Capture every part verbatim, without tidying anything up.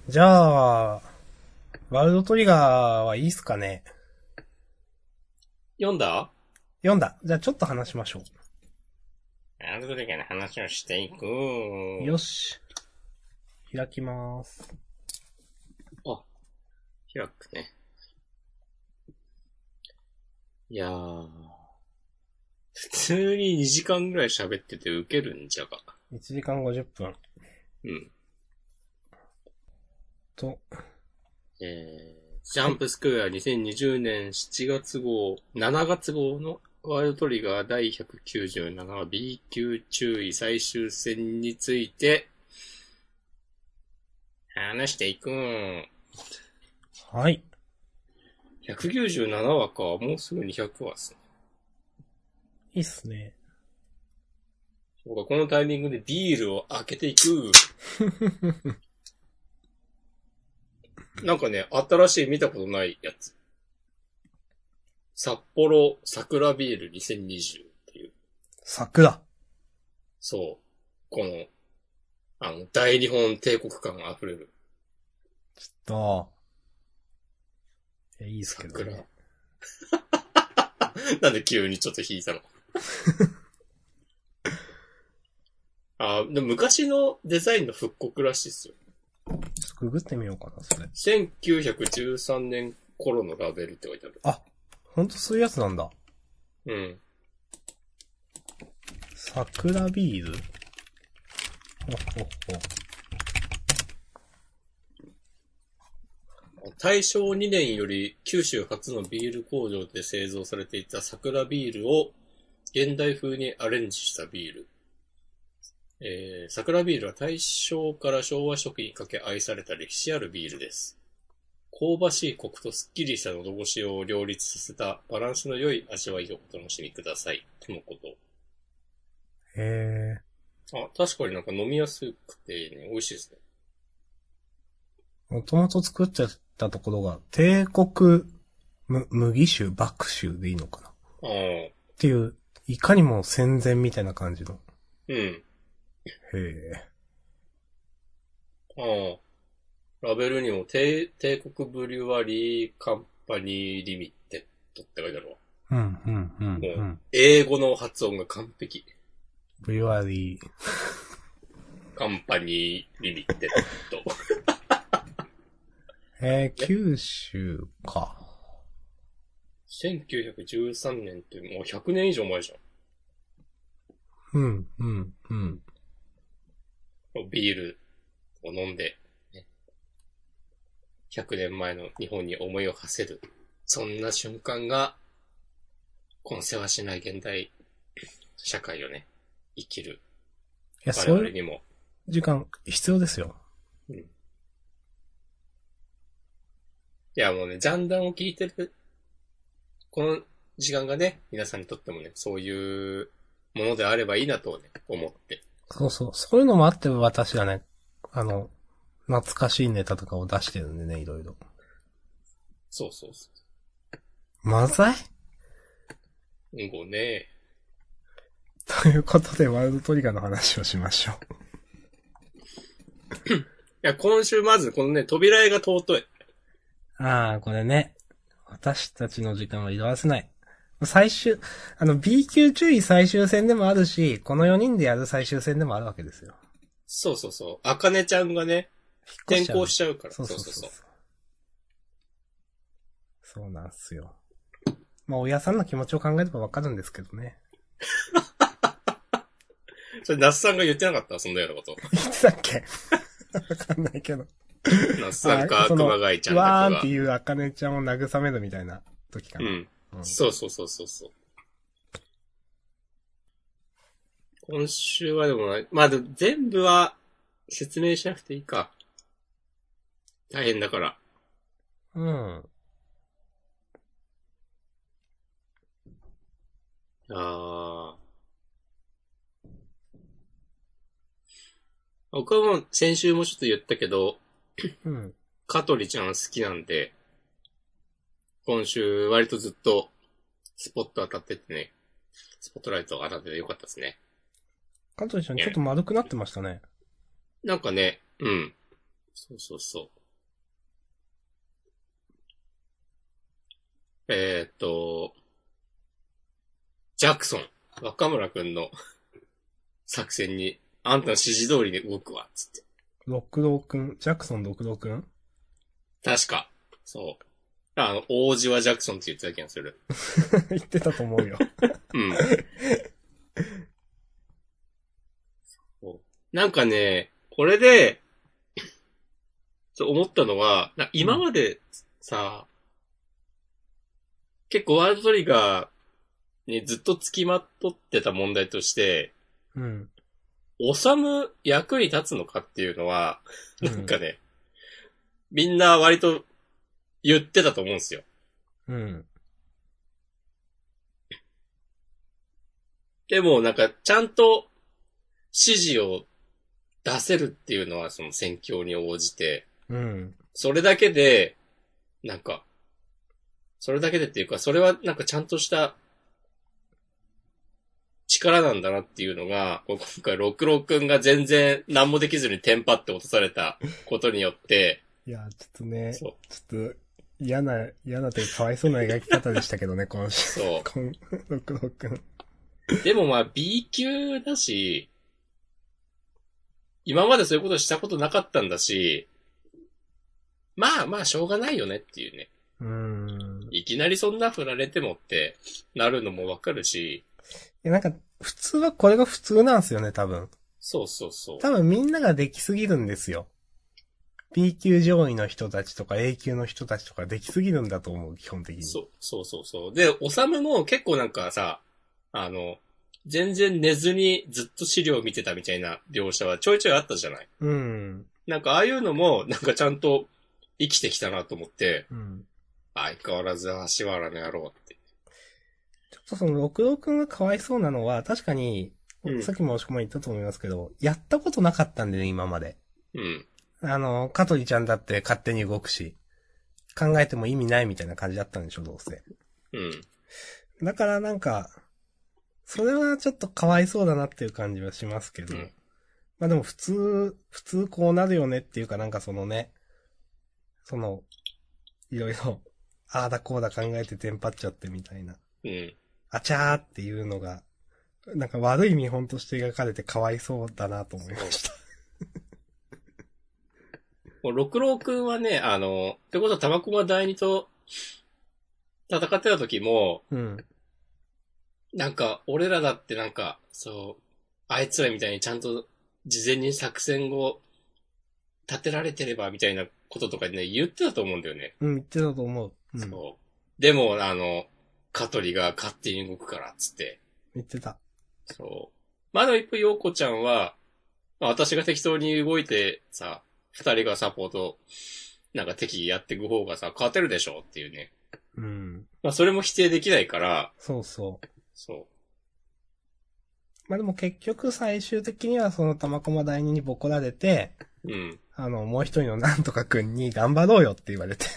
じゃあ、ワールドトリガーはいいっすかね。 読んだ？ 読んだ。じゃあちょっと話しましょワールドリガーの話をしていく。 う。よし。開きまーす。 あ、開くね。いやー。普通ににじかんぐらい喋っててウケるんじゃが。 いちじかんごじゅっぷん。 うん。 と、 えー、ジャンプスクエアにせんにじゅうねんしちがつ号、しちがつ号のワールドトリガーだいひゃくきゅうじゅうなな B 級注意最終戦について、話していくん。 はい。 ひゃくきゅうじゅうななわか。もうすぐにひゃくわっすね。 いいっすね。 そうか、このタイミングでビールを開けていく。なんかね、新しい見たことないやつ。札幌桜ビールにせんにじゅうっていう。 桜。 そう。この、あの、大日本帝国感が溢れる。 と、いや、いいっすけど桜。 ね。 なんで急にちょっと引いたの？あ、でも昔のデザインの復刻らしいですよ。 ちょっとググってみようかな、それ。 せんきゅうひゃくじゅうさんねん頃のラベルって書いてある。 あ、ほんとそういうやつなんだ。 うん。 桜ビールほほほ。 大正にねんより九州初のビール工場で製造されていた桜ビールを現代風にアレンジしたビール。えー、桜ビールは大正から昭和初期にかけ愛された歴史あるビールです。香ばしいコクとスッキリした喉越しを両立させたバランスの良い味わいをお楽しみください。とのこと。 へあ、確かになんか飲みやすくてね、美味しいですね。 ー。もともと作っちゃったところが、帝国む麦酒、麦酒でいいのかなっああ、 ていう、いかにも戦前みたいな感じの。 うん。 へえ。 ああ、ラベルにも帝、帝国ブリュワリーカンパニーリミテッドって書いてあるわ。 うん、うん、うん、 もう、 うん。 英語の発音が完璧。 ブリュワリー。 カンパニーリミテッド。 えー、九州か。 せんきゅうひゃくじゅうさんねんってもうひゃくねん以上前じうん、うん、うん。 ゃん。ビールを飲んで、ね、ひゃくねんまえの日本に思いを馳せる。そんな瞬間が、このせわしない現代社会をね、生きるいや、 我そういう 々にも。 時間必要ですよ。 うん、いやもうね、ジャンダンを聞いてる、この時間がね、皆さんにとってもね、そういうものであればいいなとね、思って。 そうそう。そういうのもあって私はね、あの、懐かしいネタとかを出してるんでね、いろいろ。 そうそうそまざいう。うんごね。 ということで、ワールドトリガーの話をしましょいや、今週まずこのね、扉絵が尊い。 う。ああ、これね。私たちの時間は色褪せない。最終、あの B 級注意最終戦でもあるし、このよにんでやる最終戦でもあるわけですよ。 そうそうそう。あかねちゃんがね、転校しちゃうから。 そうそうそうそう。そうなんすよ。まあ、親さんの気持ちを考えればわかるんですけどね。 それ、那須さんが言ってなかったそんなようなこと。 言ってたっけわかんないけど。 那須さんか、 その熊谷ちゃんわだかが。 ーんっていうあかねちゃんを慰めるみたいな時かな。 うん。 うん、 そうそうそうそうそう。今週はでもない、まあでも全部は説明しなくていいか。大変だから。 うん。 ああ。僕はもう先週もちょっと言ったけど、 うん。 香取ちゃん好きなんで、今週割とずっとスポット当たっててね、スポットライト当たっててよかったですね。 カトリちゃんちょっと丸くなってましたね。 なんかね、うん。 そうそうそう。えー、っと、ジャクソン、若村くんの作戦に、あんたの指示通りに動くわ、つって。 六郎くん、ジャクソン六郎くん確か。そう。あの、王子はジャクソンって言ってた気がする。 言ってたと思うよ。 うん。なんかね、これで、そう思ったのは、今までさ、うん、結構ワールドトリガーにずっと付きまとってた問題として、 うん。 おさむ役に立つのかっていうのは、なんかね、うん、みんな割と言ってたと思うんですよ。 うん。 でもなんかちゃんと指示を出せるっていうのはその戦況に応じて、 うん。 それだけで、なんか、それだけでっていうか、それはなんかちゃんとした力なんだなっていうのが、今回六郎くんが全然何もできずにテンパって落とされたことによって、 いや、ちょっとね、ちょっと嫌な、嫌なというかかわいそうな描き方でしたけどね、今週。 そう。 こん、六郎くん。 でもまあ B 級だし、今までそういうことしたことなかったんだし、まあまあしょうがないよねっていうね。 うーん。 いきなりそんな振られてもってなるのもわかるし。いやなんか、普通はこれが普通なんですよね、多分。 そうそうそう。 多分みんなができすぎるんですよ。B 級上位の人たちとか A 級の人たちとかできすぎるんだと思う、基本的に。 そう、そうそうそう。で、おさむも結構なんかさ、あの、全然寝ずにずっと資料を見てたみたいな描写はちょいちょいあったじゃない。 うん。 なんかああいうのも、なんかちゃんと生きてきたなと思って、 うん。 相変わらず足原の野郎って。 ちょっとその六郎くんがかわいそうなのは、確かに、 うん、 さっきも押し込ま言ったと思いますけど、やったことなかったんでね、今まで。 うん。 あの、香取ちゃんだって勝手に動くし、考えても意味ないみたいな感じだったんでしょ、どうせ。 うん。 だからなんか、それはちょっとかわいそうだなっていう感じはしますけど。うん、まあでも普通、普通こうなるよねっていうかなんかそのね、その、いろいろ、ああだこうだ考えてテンパっちゃってみたいな。 うん。 あちゃーっていうのが、なんか悪い見本として描かれてかわいそうだなと思いました。 もう六郎くんはね、あの、ってことは玉駒第二と戦ってた時も、 うん。 なんか、俺らだってなんか、そう、あいつらみたいにちゃんと事前に作戦を立てられてればみたいなこととかね、言ってたと思うんだよね。 うん、言ってたと思う。うん、 そう。でも、あの、香取が勝手に動くからっつって。 言ってた。 そう。まだ一歩陽子ちゃんは、まあ、私が適当に動いてさ、二人がサポート、なんか敵やっていく方がさ、勝てるでしょっていうね。 うん。 まあそれも否定できないから。 そうそう。 そう。 まあでも結局最終的にはその玉駒第二にボコられて、 うん。 あの、もう一人のなんとかくんに頑張ろうよって言われて。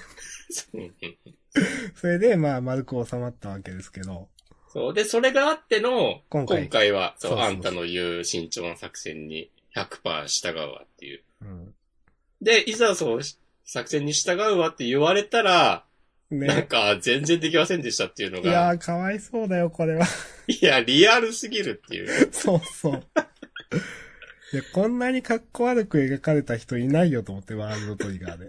それで、まあ丸く収まったわけですけど。 そう。で、それがあっての、今回、今回は、そう、そうそうそうあんたの言う慎重な作戦に ひゃくパーセント 従うわっていう。うん。で、いざそう、作戦に従うわって言われたら、ね、なんか、全然できませんでしたっていうのが。 いやー、かわいそうだよ、これは。 いや、リアルすぎるっていう。 そうそう。いや、こんなに格好悪く描かれた人いないよと思って、ワールドトリガーで。い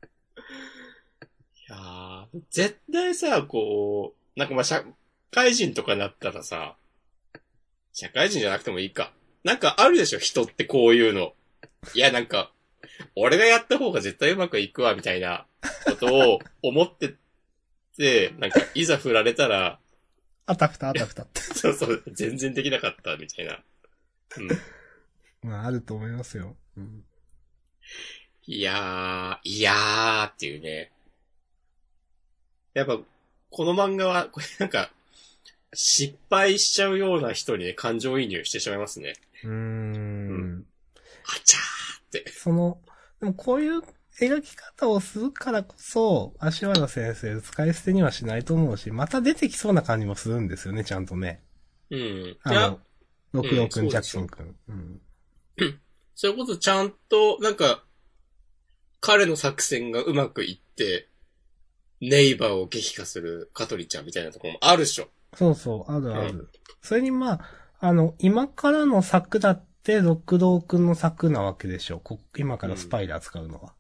やー、絶対さ、こう、なんかまあ、社会人とかなったらさ、社会人じゃなくてもいいか。なんかあるでしょ、人ってこういうの。いや、なんか、俺がやった方が絶対うまくいくわ、みたいなことを思ってて、なんか、いざ振られたら、 あたふたあたふたって。 そうそう、全然できなかった、みたいな。 うん。まあ、あると思いますよ。うん、 いやー、いやーっていうね。やっぱ、この漫画は、これなんか、失敗しちゃうような人に、ね、感情移入してしまいますね。 うーん。うん。 あちゃーって。 その、でもこういう描き方をするからこそ、足原先生使い捨てにはしないと思うし、また出てきそうな感じもするんですよね、ちゃんとね。 うん。 あの、六郎くん、ジャクソンくん。うん。 そういうことちゃんと、なんか、 彼の作戦がうまくいって、ネイバーを撃破する香取ちゃんみたいなところもあるっしょ。 そうそう、あるある。 うん、 それにまあ、あの、今からの作だって、六道くんの作なわけでしょ。こ今からスパイダー使うのは。うん、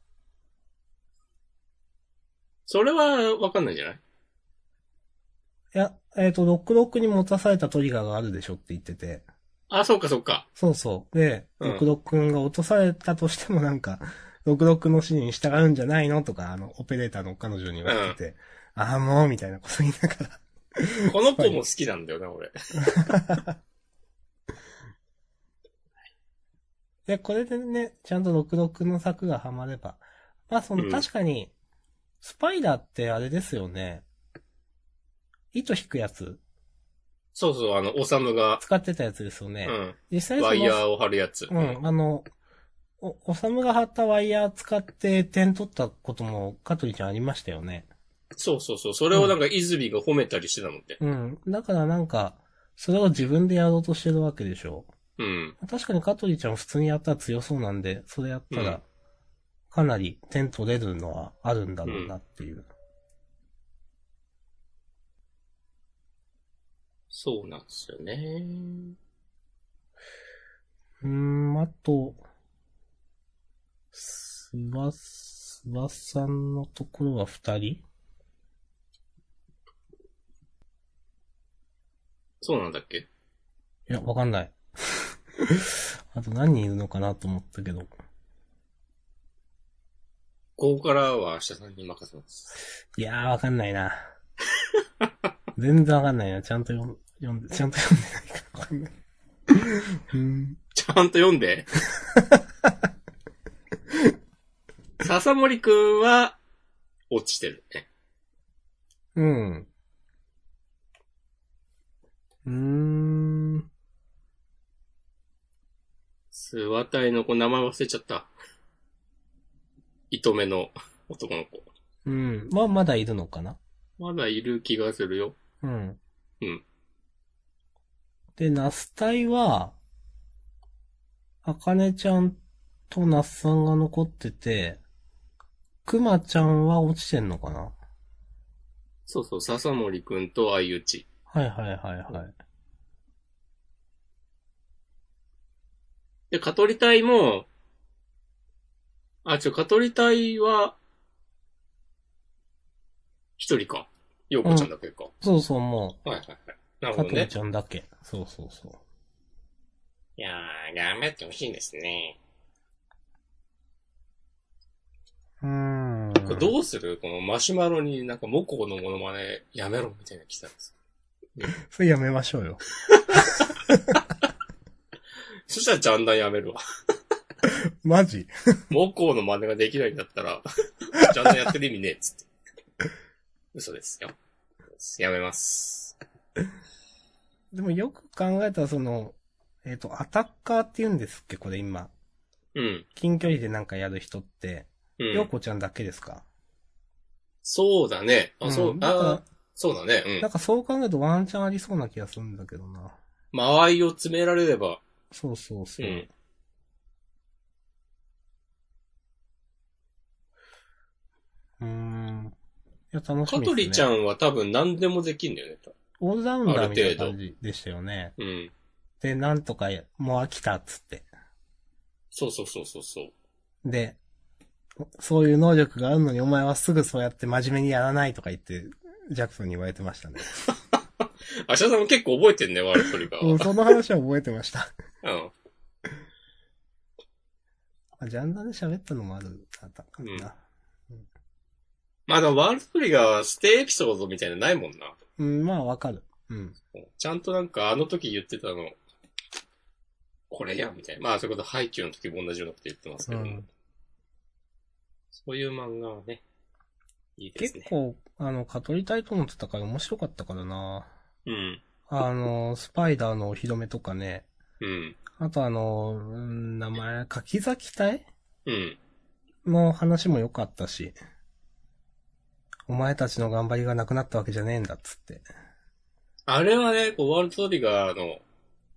それはわかんないんじゃない？ いや、えっと、六道くんに持たされたトリガーがあるでしょって言ってて。 あ、そうかそうか。 そうそう。で、 うん、 六道くんが落とされたとしてもなんか、六道くんの指示に従うんじゃないのとか、あの、オペレーターの彼女に言われてて、うん、ああ、もう、みたいなこと言いながら。 この子も好きなんだよな、俺。 で、これでね、ちゃんと六道くんの作がハマれば。まあ、その、確かに、スパイダーってあれですよね。糸引くやつそうそう、あの、オサムが。 使ってたやつですよね。 うん。 実際そのワイヤーを張るやつ。 うん、あの、お、おさむが張ったワイヤー使って点取ったことも、香取ちゃんありましたよね。 そうそうそう。それをなんか、泉が褒めたりしてたもんね。 うん。だからなんか、それを自分でやろうとしてるわけでしょ。 うん。 確かに香取ちゃん普通にやったら強そうなんで、それやったら、かなり点取れるのはあるんだろうなっていう。うん、 そうなんですよね。 うーん、あと、すわ、すわさんのところは二人？ そうなんだっけ？いや、わかんない。あと何人いるのかなと思ったけど。 ここからは明日さんに任せます。 いやー、わかんないな。全然わかんないな。ちゃんと読ん読んで、ちゃんと読んでないからわかんない。うん、 ちゃんと読んで。笹森くんは、落ちてるね。 うん。うーん。 諏訪隊の子名前忘れちゃった。糸目の男の子。 うん。まあ、まだいるのかな？ まだいる気がするよ。 うん。 うん。 で、ナス隊は、あかねちゃんとナスさんが残ってて、くまちゃんは落ちてんのかな？ そうそう、笹森くんと相打ち。 はいはいはいはい。 で、蚊取り隊も、あ、ちょ、蚊取り隊は、一人か。ようこちゃんだけか。うん、 そうそう、もう。はいはいはい。なるほどね。 かとりちゃんだけ。そうそうそう。 いやー、頑張ってほしいですね。 うーん。 これどうする？このマシュマロになんかモコのモノマネやめろみたいな来たんです。 それやめましょうよ。 そしたらジャンダンやめるわ。 マジ？ モコの真似ができないんだったら、ジャンダンやってる意味ねえっつって。嘘ですよ。やめます。 でもよく考えたらその、えっと、アタッカーって言うんですっけこれ今。 うん。 近距離でなんかやる人って、 うん。 ようこちゃんだけですか？ そうだね。あ、そう、 うん、 あそうだね。うん。 なんかそう考えるとワンチャンありそうな気がするんだけどな。 間合いを詰められれば。 そうそうそう。うん。うーん。いや、楽しみですね。 香取ちゃんは多分何でもできんだよね。 オールラウンダーみたいな感じでしたよね。 うん。 で、なんとか、もう飽きたっつって。 そうそうそうそうそう。 で、そういう能力があるのにお前はすぐそうやって真面目にやらないとか言って、ジャクソンに言われてましたね。 アシャさんも結構覚えてんね、ワールドトリガーは。 うん、その話は覚えてました。 うん。 まあ、ジャンダーで喋ったのもある、あったかな。うんうん、まあでもワールドトリガーはステイエピソードみたいなのないもんな。 うん、まあわかる。うん。 ちゃんとなんかあの時言ってたの、これやみたいな。まあそういうことハイキューの時も同じようなこと言ってますけども。うん、そういう漫画はね、いいですね。 結構、あの、カトリ隊との戦い面白かったからな。 うん。 あの、スパイダーのお披露目とかね。 うん。 あとあの、名前、柿崎隊うん。 の話も良かったし。お前たちの頑張りがなくなったわけじゃねえんだっつって。 あれはね、こうワールドトリガーの、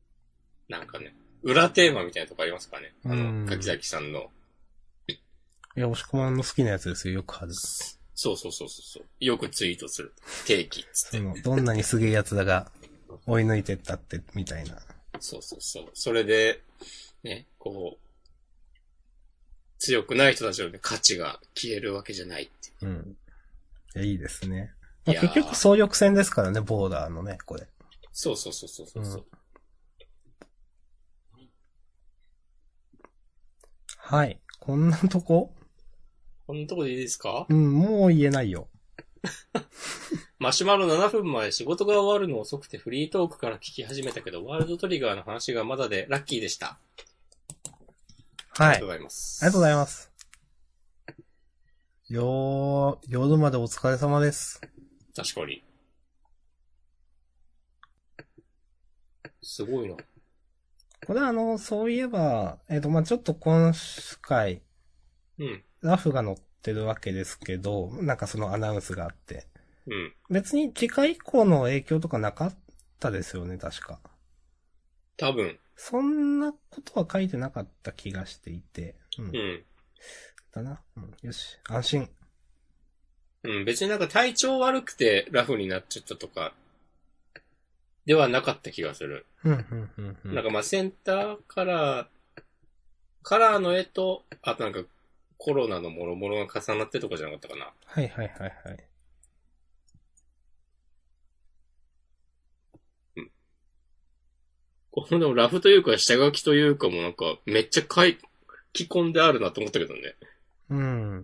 なんかね、裏テーマみたいなとこありますかね。あの、柿崎さんの。 いや、押し込まんの好きなやつですよ、よく貼る。 そうそうそうそう。よくツイートする。定期っつって。 その、どんなにすげえやつだが、追い抜いてったって、みたいな。 そうそうそう。それで、ね、こう、強くない人たちの、ね、価値が消えるわけじゃないっていう。 うん。いや、いいですね。まあ、 いや結局総力戦ですからね、ボーダーのね、これ。 そうそうそうそうそう、うん。 はい。こんなとここんなとこでいいですか？ うん、もう言えないよ。 マシュマロななふんまえ仕事が終わるの遅くてフリートークから聞き始めたけど、ワールドトリガーの話がまだでラッキーでした。 はい。 ありがとうございます。 ありがとうございます。よー、夜までお疲れ様です。 確かに。すごいな。 これあの、そういえば、えっと、まあ、ちょっと今回、 うん。 ラフが載ってるわけですけど、なんかそのアナウンスがあって。 うん。 別に次回以降の影響とかなかったですよね、確か。 多分。 そんなことは書いてなかった気がしていて。うん。うん、だな、うん。よし、安心。 うん、別になんか体調悪くてラフになっちゃったとか、ではなかった気がする。 うん、うん、うん、うん。 なんかまあセンターカラー、カラーの絵と、あとなんかコロナの諸々が重なってとかじゃなかったかな。 はいはいはいはい。 うん。このでもラフというか下書きというかもなんかめっちゃ書き込んであるなと思ったけどね。 うん。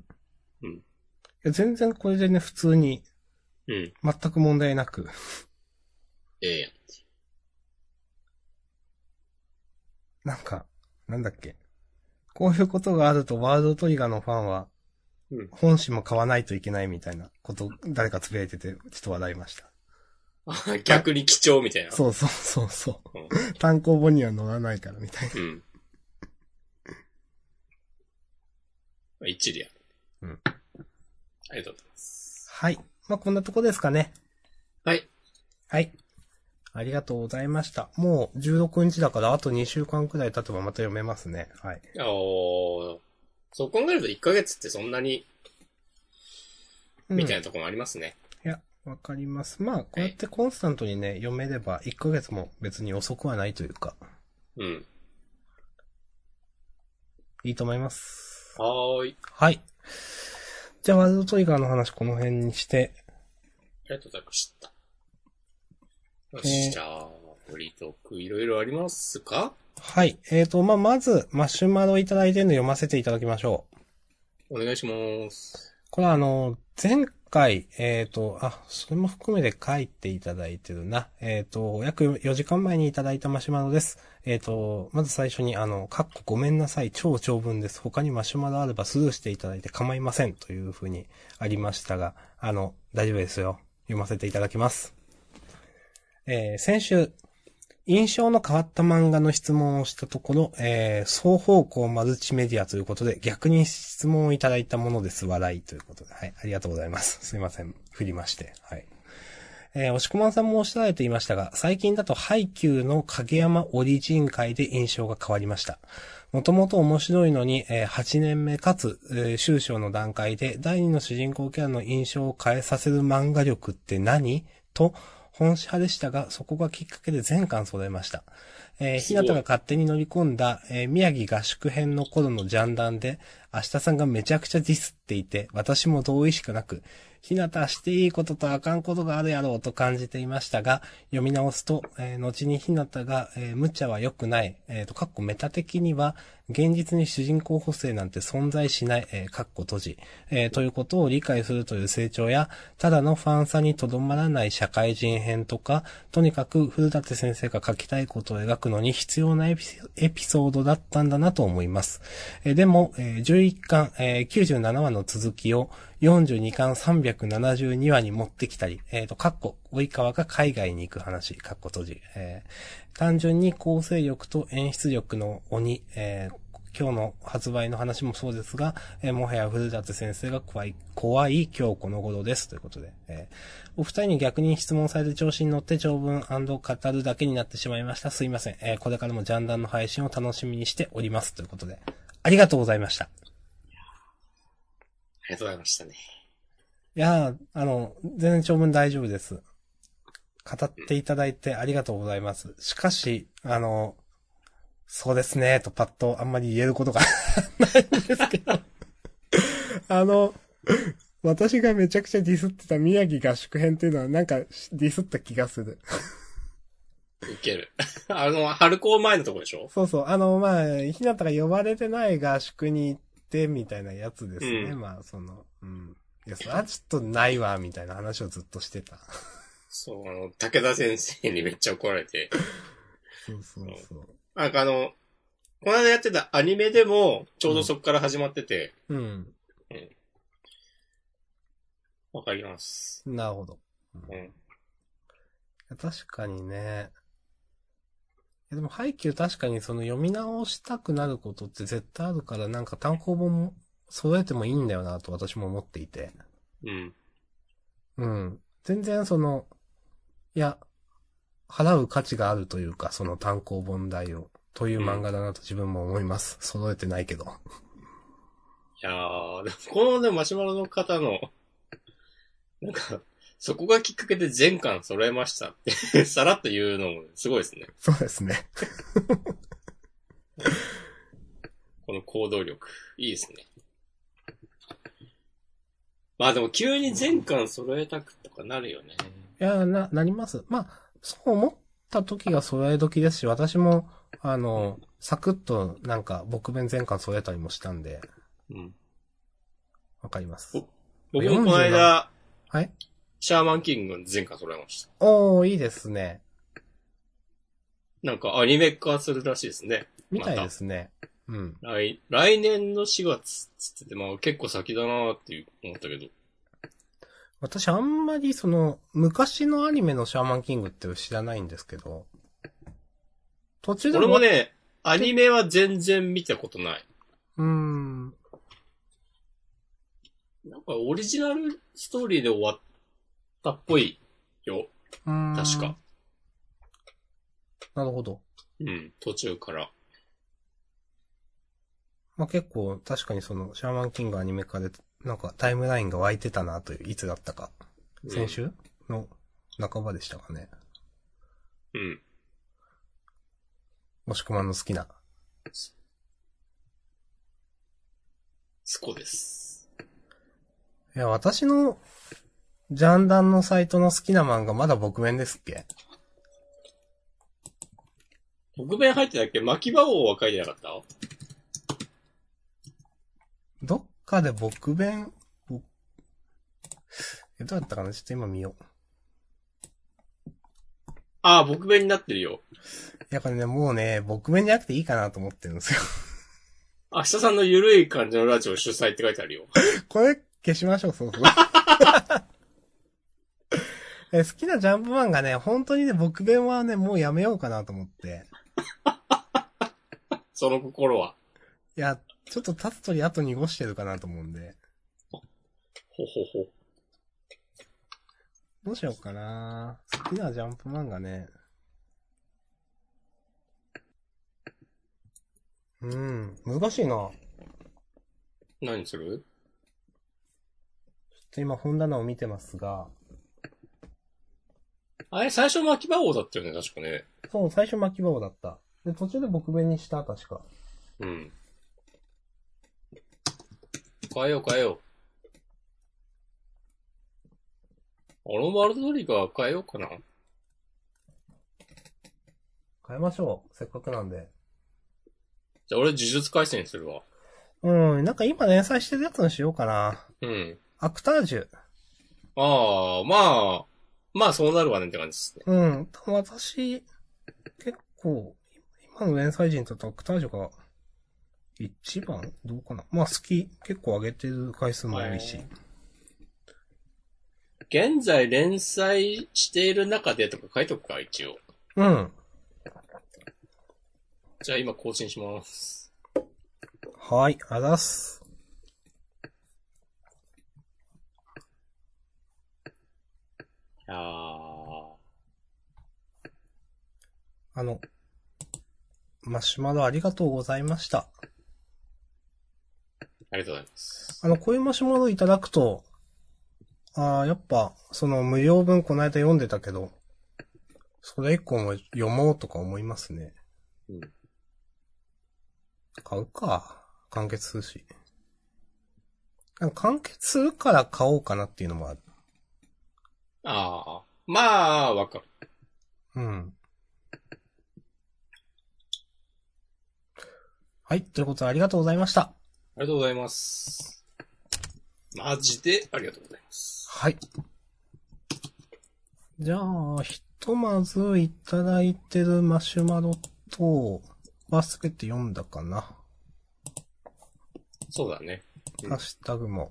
うん。いや全然これでね、普通に。うん。全く問題なく。 ええやん。 なんか、なんだっけ。こういうことがあるとワールドトリガーのファンは、うん、本誌も買わないといけないみたいなこと、誰かつぶやいてて、ちょっと笑いました。 あ、逆に貴重みたいな。 そうそうそうそう、うん。単行本には載らないからみたいな。うん。 一理や。 うん。 ありがとうございます。 はい。まあ、こんなとこですかね。 はい。 はい。ありがとうございました。もうじゅうろくにちだからあとにしゅうかんくらい経てばまた読めますね。はい。 おー。そう考えるといっかげつってそんなに、うん、みたいなところもありますね。 いや、わかります。まあ、こうやってコンスタントにね、読めればいっかげつも別に遅くはないというか。 うん。 いいと思います。 はーい。 はい。じゃあ、ワールドトリガーの話この辺にして。 ありがとうございました。よし、じゃあ、フリートークいろいろありますか？ はい。えーと、まあ、まず、マシュマロいただいてるの読ませていただきましょう。お願いします。 これはあの、前回、えーと、あ、それも含めて書いていただいてるな。えーと、約よじかんまえにいただいたマシュマロです。えーと、まず最初にあの、かっこごめんなさい、超長文です。他にマシュマロあればスルーしていただいて構いません。というふうにありましたが、あの、大丈夫ですよ。読ませていただきます。えー、先週、印象の変わった漫画の質問をしたところ、えー、双方向マルチメディアということで、逆に質問をいただいたものです。笑いということで。はい。ありがとうございます。すいません。振りまして。はい。えー、押し込まんさんもおっしゃられていましたが、最近だとハイキューの影山オリジン会で印象が変わりました。もともと面白いのに、えー、はちねんめかつ、えー、終章の段階で、だいにの主人公キャラの印象を変えさせる漫画力って何？と、本誌派でしたが、そこがきっかけで全巻揃えました。えー、ひなたが勝手に乗り込んだ、えー、宮城合宿編の頃のジャンダンで、明日さんがめちゃくちゃディスっていて、私も同意しかなく、ひなたしていいこととあかんことがあるやろうと感じていましたが、読み直すと、えー、後にひなたが、えー、無茶は良くない、えー、と、かっこメタ的には、現実に主人公補正なんて存在しない、えー、かっこ閉じ、えー、ということを理解するという成長や、ただのファンサにとどまらない社会人編とか、とにかく古舘先生が書きたいことを描くのに必要なエピ、エピソードだったんだなと思います。えー、でも、えー、じゅういっかん、えー、きゅうじゅうななわの続きをよんじゅうにかんさんびゃくななじゅうにわに持ってきたり、えっと、かっこ、及川が海外に行く話、かっこ閉じ、えー、単純に構成力と演出力の鬼、えー今日の発売の話もそうですが、えー、もはや古舘先生が怖い、怖い今日この頃です。ということで、えー、お二人に逆に質問されて調子に乗って長文&語るだけになってしまいました。すいません。えー、これからもジャンダンの配信を楽しみにしております。ということで、ありがとうございました。 りがとうございましたね。 いやー、あの、全然長文大丈夫です。語っていただいてありがとうございます。しかし、あの、そうですね、とパッとあんまり言えることがないんですけど。あの、私がめちゃくちゃディスってた宮城合宿編っていうのはなんかディスった気がする。 ウケる。あの、春高前のとこでしょ？ そうそう、あの、まあ、ひなたが呼ばれてない合宿に行ってみたいなやつですね。 うん。 まあ、その、うん。いや、それはちょっとないわ、みたいな話をずっとしてた。 そう、あの、武田先生にめっちゃ怒られて。 そうそうそう。 なんかあの、この間やってたアニメでも、ちょうどそこから始まってて、 うん。 うん。わ、かります。 なるほど。 うん。 確かにね。でも、ハイキュー確かにその読み直したくなることって絶対あるから、なんか単行本も揃えてもいいんだよなと私も思っていて。 うん。 うん。全然その、いや、払う価値があるというか、その単行本代を、という漫画だなと自分も思います。揃えてないけど。 いやー、でもこのね、マシュマロの方の、なんか、そこがきっかけで全巻揃えましたってさらっと言うのもすごいですね。 そうですね。 この行動力。いいですね。まあでも急に全巻揃えたくとかなるよね。 いや、な、なります。まあ、そう思った時が揃え時ですし、私も、あの、サクッとなんか、僕弁全巻揃えたりもしたんで、 うん。 わかります。 僕もこの間、 はい、 シャーマンキングの全巻揃えました。 おー、いいですね。 なんかアニメ化するらしいですね。 みたいですね。うん。 来、来年のしがつつってて、まあ結構先だなーって思ったけど。 私あんまりその、昔のアニメのシャーマンキングって知らないんですけど、途中で俺もね、アニメは全然見たことない。 うーん。 なんかオリジナルストーリーで終わったっぽいよ。 うーん。 確か。 なるほど。 うん、途中から。 まあ、結構、確かにその、シャーマンキングアニメ化で、なんかタイムラインが湧いてたなという、いつだったか。 うん、 先週の半ばでしたかね。 うん。 もしくまんの好きな。 スコです。 いや、私の、ジャンダンのサイトの好きな漫画まだ僕弁ですっけ？ 僕弁入ってたっけ？巻き場王は書いてなかった？ どっかで僕弁、ぼえ、どうやったかな？ちょっと今見よう。 ああ、僕弁になってるよ。 いや、これね、もうね、僕弁じゃなくていいかなと思ってるんですよ。 明日さんのゆるい感じのラジオ主催って書いてあるよ。 これ消しましょう、そうそう。え、好きなジャンプ漫画ね、本当にね、僕弁はね、もうやめようかなと思って。 その心は。 いや、ちょっと立つ鳥あと濁してるかなと思うんで。 ほほほ。 どうしようかな。好きなジャンプ漫画ね。うん、難しいな。ちょ何する？ っと今本棚を見てますが。 あれ、最初巻き場王だったよね、確かね。 そう、最初巻き場王だった。で、途中で僕弁にした、確か。 うん。変えよう変えよう。あのワールドトリガー変えようかな。 変えましょう。せっかくなんで。 じゃあ俺呪術回戦にするわ。 うん、なんか今連載してるやつにしようかな。 うん。 アクタージュ。 ああ、まあ、まあそうなるわねって感じですね。 うん。多分私、結構、今の連載人とアクタージュが、一番どうかな。まあ好き。結構上げてる回数も多いし。 現在連載している中でとか書いとくか、一応。 うん。 じゃあ今更新します。 はい、あざっす。 いやー。 あの、マシュマロありがとうございました。 ありがとうりがとうございます。 あの、こういうマシュマロいただくと、ああ、やっぱ、その無料分この間読んでたけど、それ以降も読もうとか思いますね。 うん。 買うか。完結するし。なんか完結するから買おうかなっていうのもある。 ああ。まあ、わかる。 うん。はい。ということでありがとうございました。ありがとうございます。マジでありがとうございます。 はい。じゃあ、ひとまずいただいてるマシュマロと、はすべて読んだかな。 そうだね。 うん、ハッシュタグも。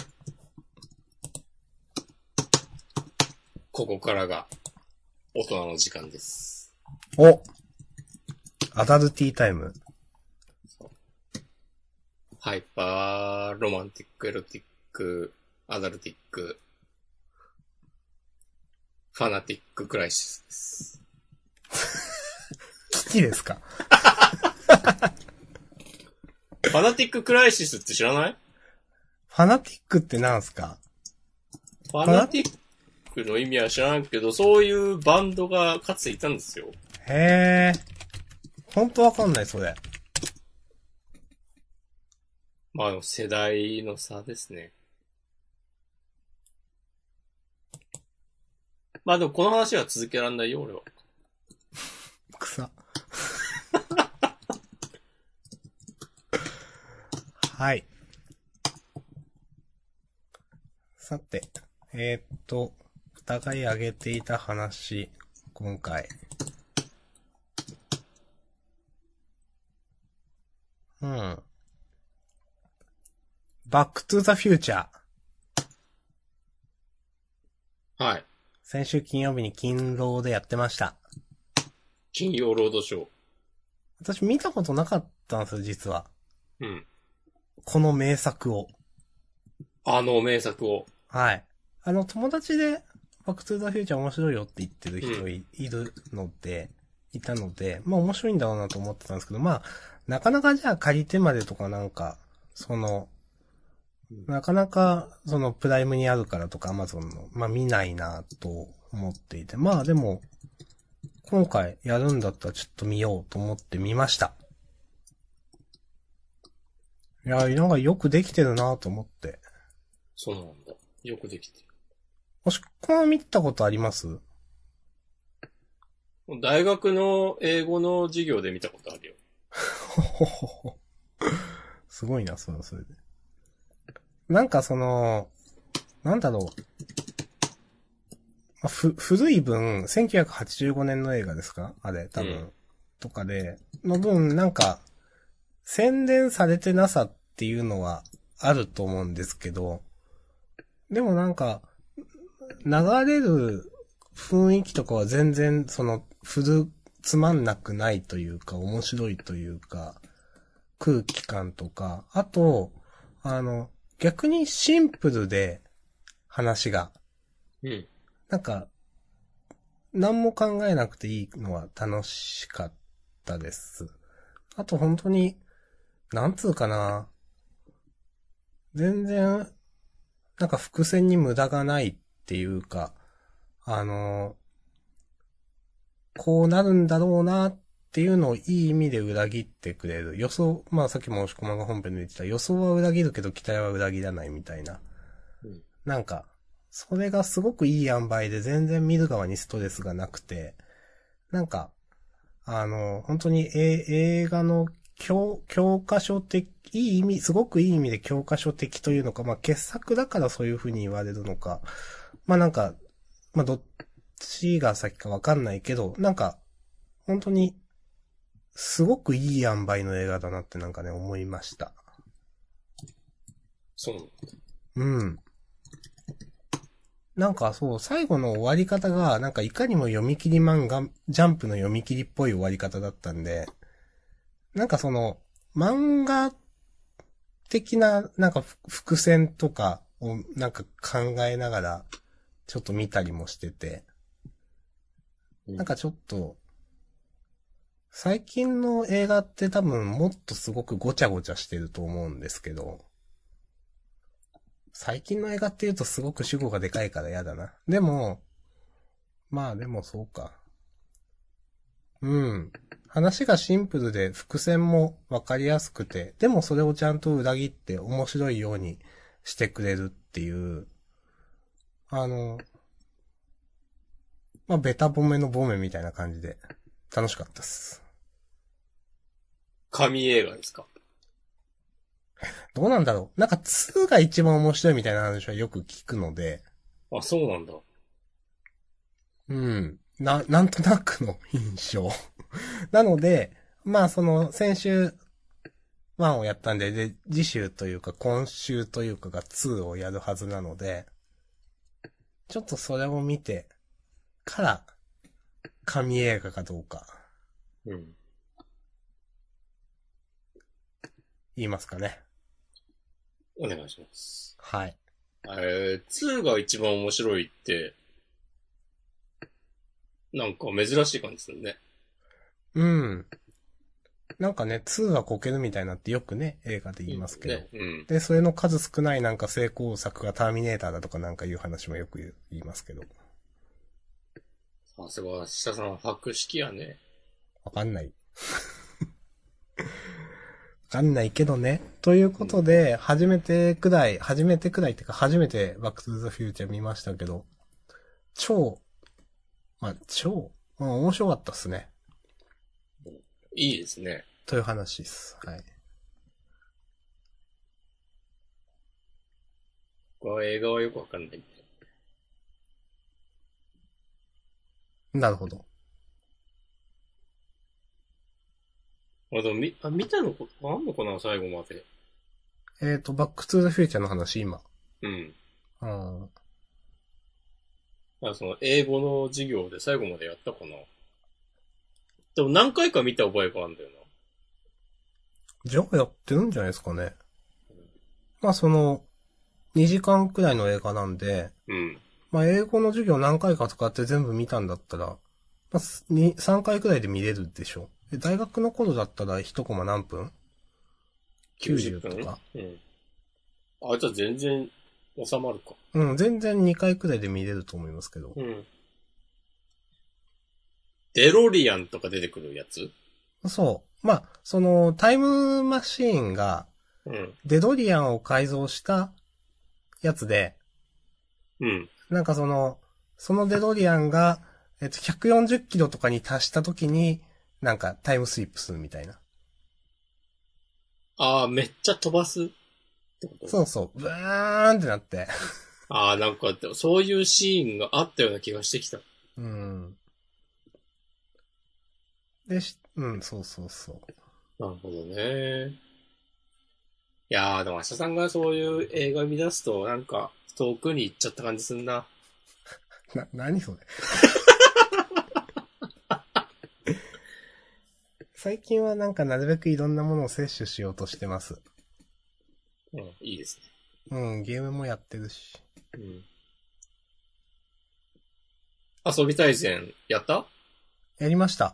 ここからが、大人の時間です。 お！アダルティータイム。 ハイパー、ロマンティック、エロティック、アダルティック、ファナティッククライシスです。 危機ですか？ ファナティッククライシスって知らない？ ファナティックってなんすか？ ファナティックの意味は知らないけど、そういうバンドがかつていたんですよ。 へー。ほんとわかんない、それ。 まあ、世代の差ですね。まあでもこの話は続けらんないよ、俺は。 草。はい。さて、えー、っと、お互い挙げていた話、今回。うん。バックトゥザフューチャー。 はい。 先週金曜日に勤労でやってました。 金曜ロードショー。 私見たことなかったんですよ、実は。 うん。 この名作を。 あの名作を。 はい。あの、友達で、バックトゥザフューチャー面白いよって言ってる人い、うん、いるので、いたので、まあ面白いんだろうなと思ってたんですけど、まあ、なかなかじゃあ借りてまでとかなんか、その、なかなか、その、プライムにあるからとか、アマゾンの、まあ見ないなと思っていて、まあでも、今回やるんだったらちょっと見ようと思って見ました。いや、なんかよくできてるなと思って。 そうなんだ。よくできてる。 もしこの見たことあります？ 大学の英語の授業で見たことあるよ。 すごいな、それはそれで。なんかその、なんだろう。まあ、ふ、古い分、せんきゅうひゃくはちじゅうごねんの映画ですかあれ、多分、うん。とかで、の分、なんか、宣伝されてなさっていうのはあると思うんですけど、でもなんか、流れる雰囲気とかは全然、その、古、つまんなくないというか、面白いというか、空気感とか、あと、あの、逆にシンプルで、話が。 うん。 なんか、何も考えなくていいのは楽しかったです。あと本当に、なんつうかな。全然、なんか伏線に無駄がないっていうか、あの、こうなるんだろうなっていうのをいい意味で裏切ってくれる。予想、まあさっきも押し込まが本編で言ってた予想は裏切るけど期待は裏切らないみたいな。 うん、 なんか、それがすごくいい塩梅で全然見る側にストレスがなくて、なんか、あの、本当に映画の教、教科書的、いい意味、すごくいい意味で教科書的というのか、まあ傑作だからそういう風に言われるのか、まあなんか、まあどっちが先かわかんないけど、なんか、本当に、すごくいい塩梅の映画だなってなんかね、思いました。 そうなんだ。 うん。なんかそう、最後の終わり方が、なんかいかにも読み切り漫画、ジャンプの読み切りっぽい終わり方だったんで、なんかその、漫画的な、なんか伏線とかをなんか考えながら、ちょっと見たりもしてて、なんかちょっと、最近の映画って多分もっとすごくごちゃごちゃしてると思うんですけど、 最近の映画って言うとすごく主語がでかいから嫌だな。でも、まあでもそうか。うん。話がシンプルで伏線もわかりやすくて、でもそれをちゃんと裏切って面白いようにしてくれるっていう、あの、まあベタ褒めの褒めみたいな感じで楽しかったっす。 神映画ですか？ どうなんだろう。なんかにが一番面白いみたいな話はよく聞くので、 あ、そうなんだ。 うん。な、なんとなくの印象。なので、まあその先週ワンをやったんで、で、次週というか今週というかがツーをやるはずなので、ちょっとそれを見てから、神映画かどうか、 うん。 言いますかね。 お願いします。 はい。 えー、にが一番面白いって、なんか珍しい感じするね。 うん。なんかね、にはこけるみたいなってよくね、映画で言いますけど。 ね、うん。 で、それの数少ないなんか成功作がターミネーターだとかなんかいう話もよく言いますけど。 さすが、下さん博識やね。 わかんない。わかんないけどね。ということで、初めてくらい、初めてくらいっていうか、初めてバックトゥーザフューチャー見ましたけど、超、まあ、超、まあ、面白かったっすね。 いいですね。 という話です。はい。 僕は映画はよくわかんない。 なるほど。 あ、でもみ、あ、見たのこ、あんのかな最後まで。 えっと、バックトゥーザフューチャーの話、今。 うん。 うん。 あ、その、英語の授業で最後までやったかな。でも何回か見た覚えがあるんだよじゃあやってるんじゃないですかね。まあその、にじかんくらいの映画なんで、 な。うん。 まあ英語の授業何回か使って全部見たんだったら、まあ、に、さんかいくらいで見れるでしょ。で大学の頃だったらいちコマ何分 ?きゅうじゅう とか。 うん。あ、じゃあ全然収まるか。 うん、全然にかいくらいで見れると思いますけど。 うん。デロリアンとか出てくるやつ？ そう。まあ、その、タイムマシーンが、 うん。 デロリアンを改造したやつで、 うん。 なんかその、そのデロリアンが、えっと、ひゃくよんじゅっキロとかに達した時に、なんかタイムスリップするみたいな。 ああ、めっちゃ飛ばすってこと？ そうそう、ブーンってなって。 ああ、なんか、そういうシーンがあったような気がしてきた。 うん。でし、うん、そうそうそう。 なるほどね。いやー、でも明日さんがそういう映画見出すと、なんか、遠くに行っちゃった感じすんな。 な、何それ。最近はなんかなるべくいろんなものを摂取しようとしてます。 うん、いいですうん、ゲームもやってるし。 ね。うん。遊び大全、やった？ やりました。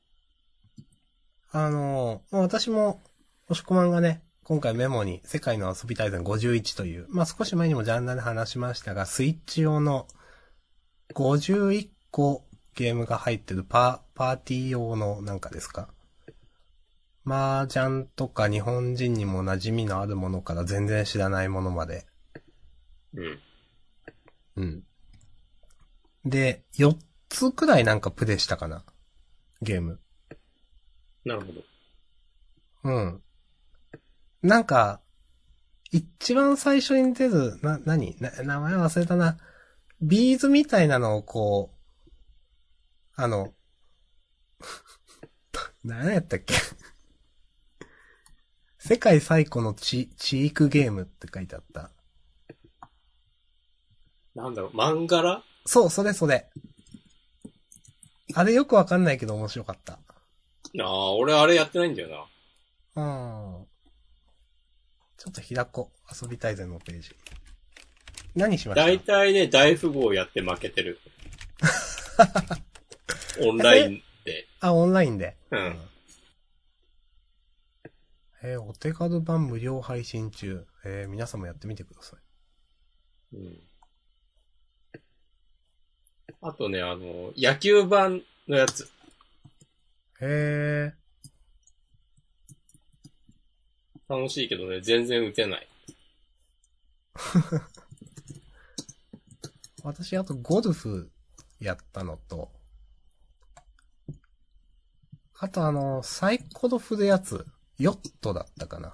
あのー、まあ私も、押し込まんがね、今回メモに世界の遊び大全ごじゅういちという、まあ少し前にもジャンルで話しましたが、スイッチ用のごじゅういっこゲームが入ってるパー、パーティー用のなんかですか。麻雀とか日本人にも馴染みのあるものから全然知らないものまで。 うん。 うん。で、よっつくらいなんかプレイしたかな。ゲーム。 なるほど。 うん。なんか、一番最初に出る、な、なにな、名前忘れたな。ビーズみたいなのをこう、あの、何やったっけ世界最古のチ、チークゲームって書いてあった。 なんだろう、漫画ら？ そう、それそれ。あれよくわかんないけど面白かった。 ああ、俺あれやってないんだよな。 うん。ちょっと開こう。遊びたいぜのページ。何しました？ 大体ね、大富豪やって負けてる。オンラインで。 あ、オンラインで。 うん。 えーお手軽版無料配信中。えー皆さんもやってみてください。 うん。あとね、あの、野球版のやつ。 へー。 楽しいけどね、全然打てない。 私、あとゴルフやったのと、あとあの、サイコロ振るやつ、ヨットだったかな。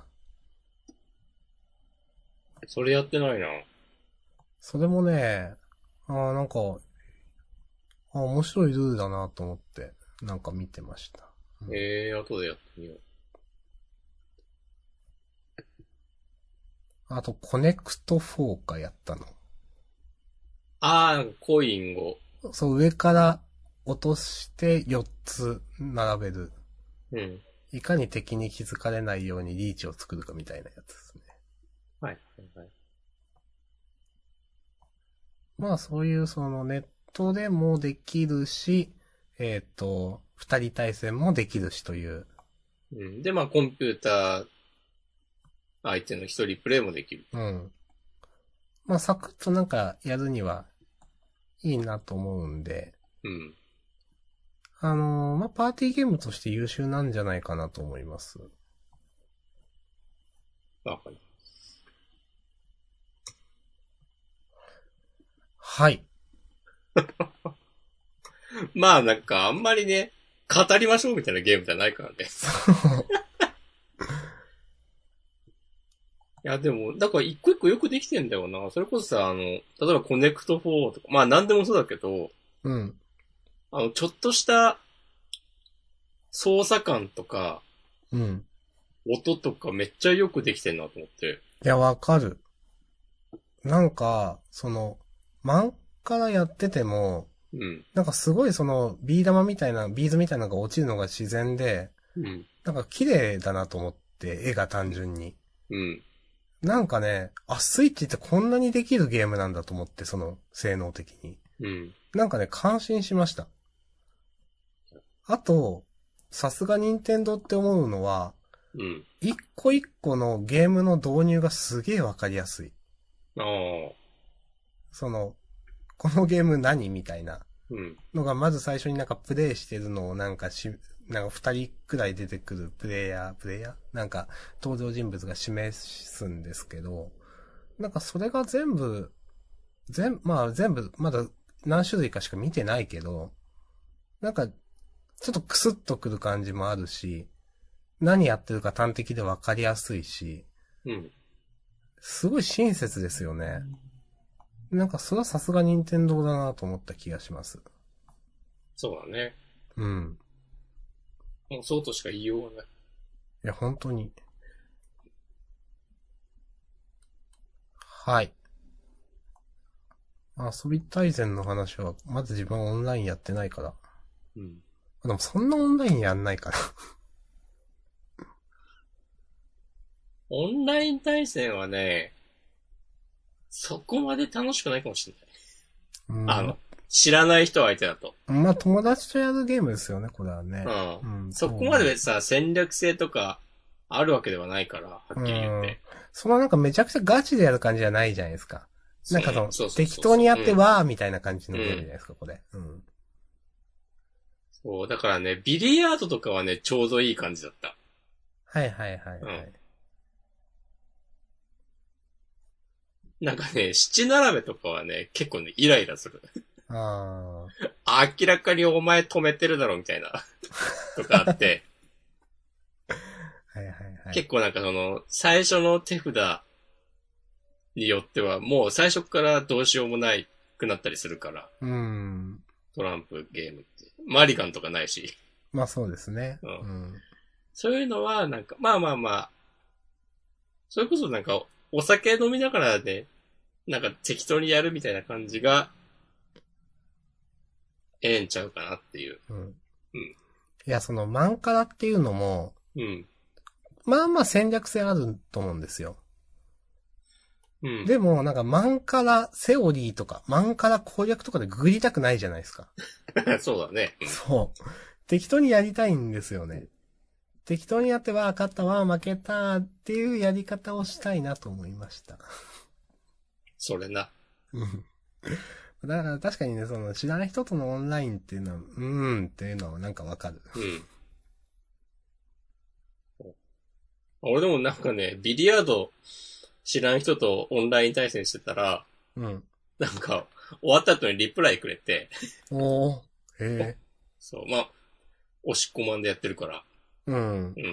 それやってないな。 それもね、あーなんか、あー面白いルールだなと思って、なんか見てました。うん、 ええー、後でやってみよう。 あと、コネクトフォーかやったの。 あー、なんかコインを。 そう、上から落としてよっつ並べる。 うん。 いかに敵に気づかれないようにリーチを作るかみたいなやつですね。 はい、はいはい。 まあそういうそのネットでもできるし、えっ、と、二人対戦もできるしという。 うん。で、まあ、コンピューター相手の一人プレイもできる。 うん。まあサクッとなんかやるにはいいなと思うんで、 うん。 あのーまあパーティーゲームとして優秀なんじゃないかなと思います。 わかる。 はい。 まあ、なんか、あんまりね、語りましょうみたいなゲームじゃないからね。 そう。 いや、でも、だから一個一個よくできてんだよな。それこそさ、あの、例えばコネクトフォーとか、まあ何でもそうだけど、 うん。 あの、ちょっとした操作感とか、 うん。 音とかめっちゃよくできてんなと思って。 いや、わかる。なんか、その、漫からやってても、 うん。 なんかすごいその、ビー玉みたいな、ビーズみたいなのが落ちるのが自然で、 うん。 なんか綺麗だなと思って、絵が単純に。 うん。 なんかね、あ、スイッチってこんなにできるゲームなんだと思って、その、性能的に。 うん。 なんかね、感心しました。あと、さすが任天堂って思うのは、 うん。 一個一個のゲームの導入がすげえわかりやすい。 ああ。 その、このゲーム何みたいなうん。 のが、まず最初になんかプレイしてるのをなんかし、なんか二人くらい出てくるプレイヤー、プレイヤーなんか登場人物が示すんですけど、なんかそれが全部、全、まあ全部、まだ何種類かしか見てないけど、なんか、ちょっとクスッとくる感じもあるし、何やってるか端的でわかりやすいし、 うん。 すごい親切ですよね。なんかそれはさすが任天堂だなと思った気がします。 そうだね。 うん。 もうそうとしか言いようがない。 いや、本当に。はい。遊び大全の話は、まず自分はオンラインやってないから。 うん。 でもそんなオンラインやんないから。 オンライン対戦はね、そこまで楽しくないかもしれない。あうん、 の、知らない人相手だと。 まあ、友達とやるゲームですよね、これはね。 うん。 うん、 そこまでさ、戦略性とかあるわけではないから、はうっきり言っん。 て。 そのなんかめちゃくちゃガチでやる感じじゃないじゃないですか。なんかその、 そうそう適そうそう。 当にやってうん。 わーみたいな感じのうん。 ゲームじゃないですか、これ。うん。 そう、だからね、ビリヤードとかはね、ちょうどいい感じだった。 はいはいはいうん。 はい。 なんかね、七並べとかはね、結構ね、イライラする。 あ明らかにお前止めてるだろ、みたいな。とかあって。 ー。はいはいはい。 結構なんかその、最初の手札によっては、もう最初からどうしようもないくなったりするから。 うん。 トランプゲームって。マリガンとかないし。 まあそうですね。 うん。 うん。 そういうのは、なんか、まあまあまあ、それこそなんか、お酒飲みながらね、なんか適当にやるみたいな感じが、ええんちゃうかなっていう。 うん。 うん。 いや、その、マンカラっていうのも、 うん。 まあまあ戦略性あると思うんですよ。 うん。 でも、なんか、マンカラセオリーとか、マンカラ攻略とかでググりたくないじゃないですか。 そうだね。 そう。適当にやりたいんですよね。適当にやっては、勝ったわ、負けたっていうやり方をしたいなと思いました。 それな。 うんだから確かにね、その知らない人とのオンラインっていうのは、うーんっていうのはなんかわかる。 うん。俺でもなんかね、ビリヤード知らん人とオンライン対戦してたら、 うん。 なんか、終わった後にリプライくれて、 おー。へえ。 そう、まあ、押し込まんでやってるから、 うん。 うん。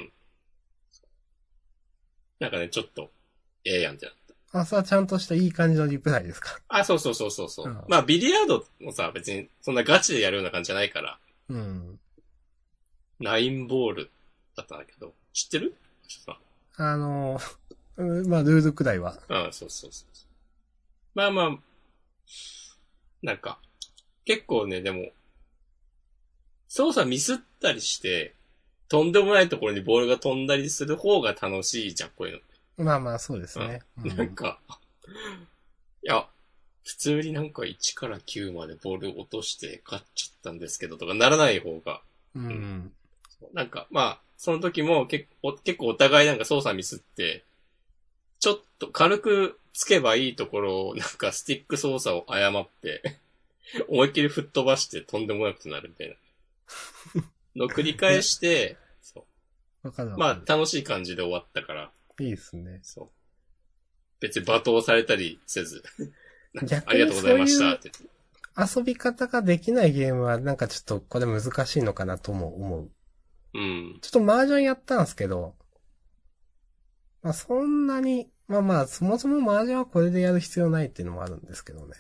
なんかね、ちょっと、ええやんってなった。 あ、それはちゃんとしたいい感じのリプライですか。 あ、そうそうそうそうそう、 うんまあ、ビリヤードもさ、別に、そんなガチでやるような感じじゃないから、 うん。 ナインボールだったんだけど、知ってるあのー、うんまあ、ルールくらいは。 ああ、そうそうそう。まあまあ、なんか、結構ね、でも、操作ミスったりして、とんでもないところにボールが飛んだりする方が楽しいじゃん、こういうの。 まあまあ、そうですね。 うん、なんか、いや、普通になんかいちからきゅうまでボール落として勝っちゃったんですけどとかならない方が。 うん。うん、 なんか、まあ、その時も結構、結構お互いなんか操作ミスって、ちょっと軽くつけばいいところをなんかスティック操作を誤って思いっきり吹っ飛ばしてとんでもなくなるみたいなのを繰り返して、そう。 わかるわかる。 まあ楽しい感じで終わったから。 いいですね。 そう。別に罵倒されたりせず逆ありがとうございましたって言って。 遊び方ができないゲームはなんかちょっとこれ難しいのかなとも思う。 うん。 ちょっと麻雀やったんですけど、まあそんなに、まあまあそもそも麻雀はこれでやる必要ないっていうのもあるんですけどね。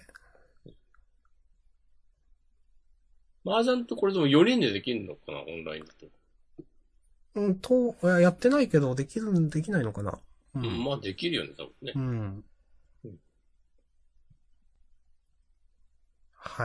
麻雀とこれでもよにんでできるのかなオンラインだと。 うんと、いややってないけどできる、できないのかな。ううん、まあできるよね、多分ね。 うん。 うん、 はい。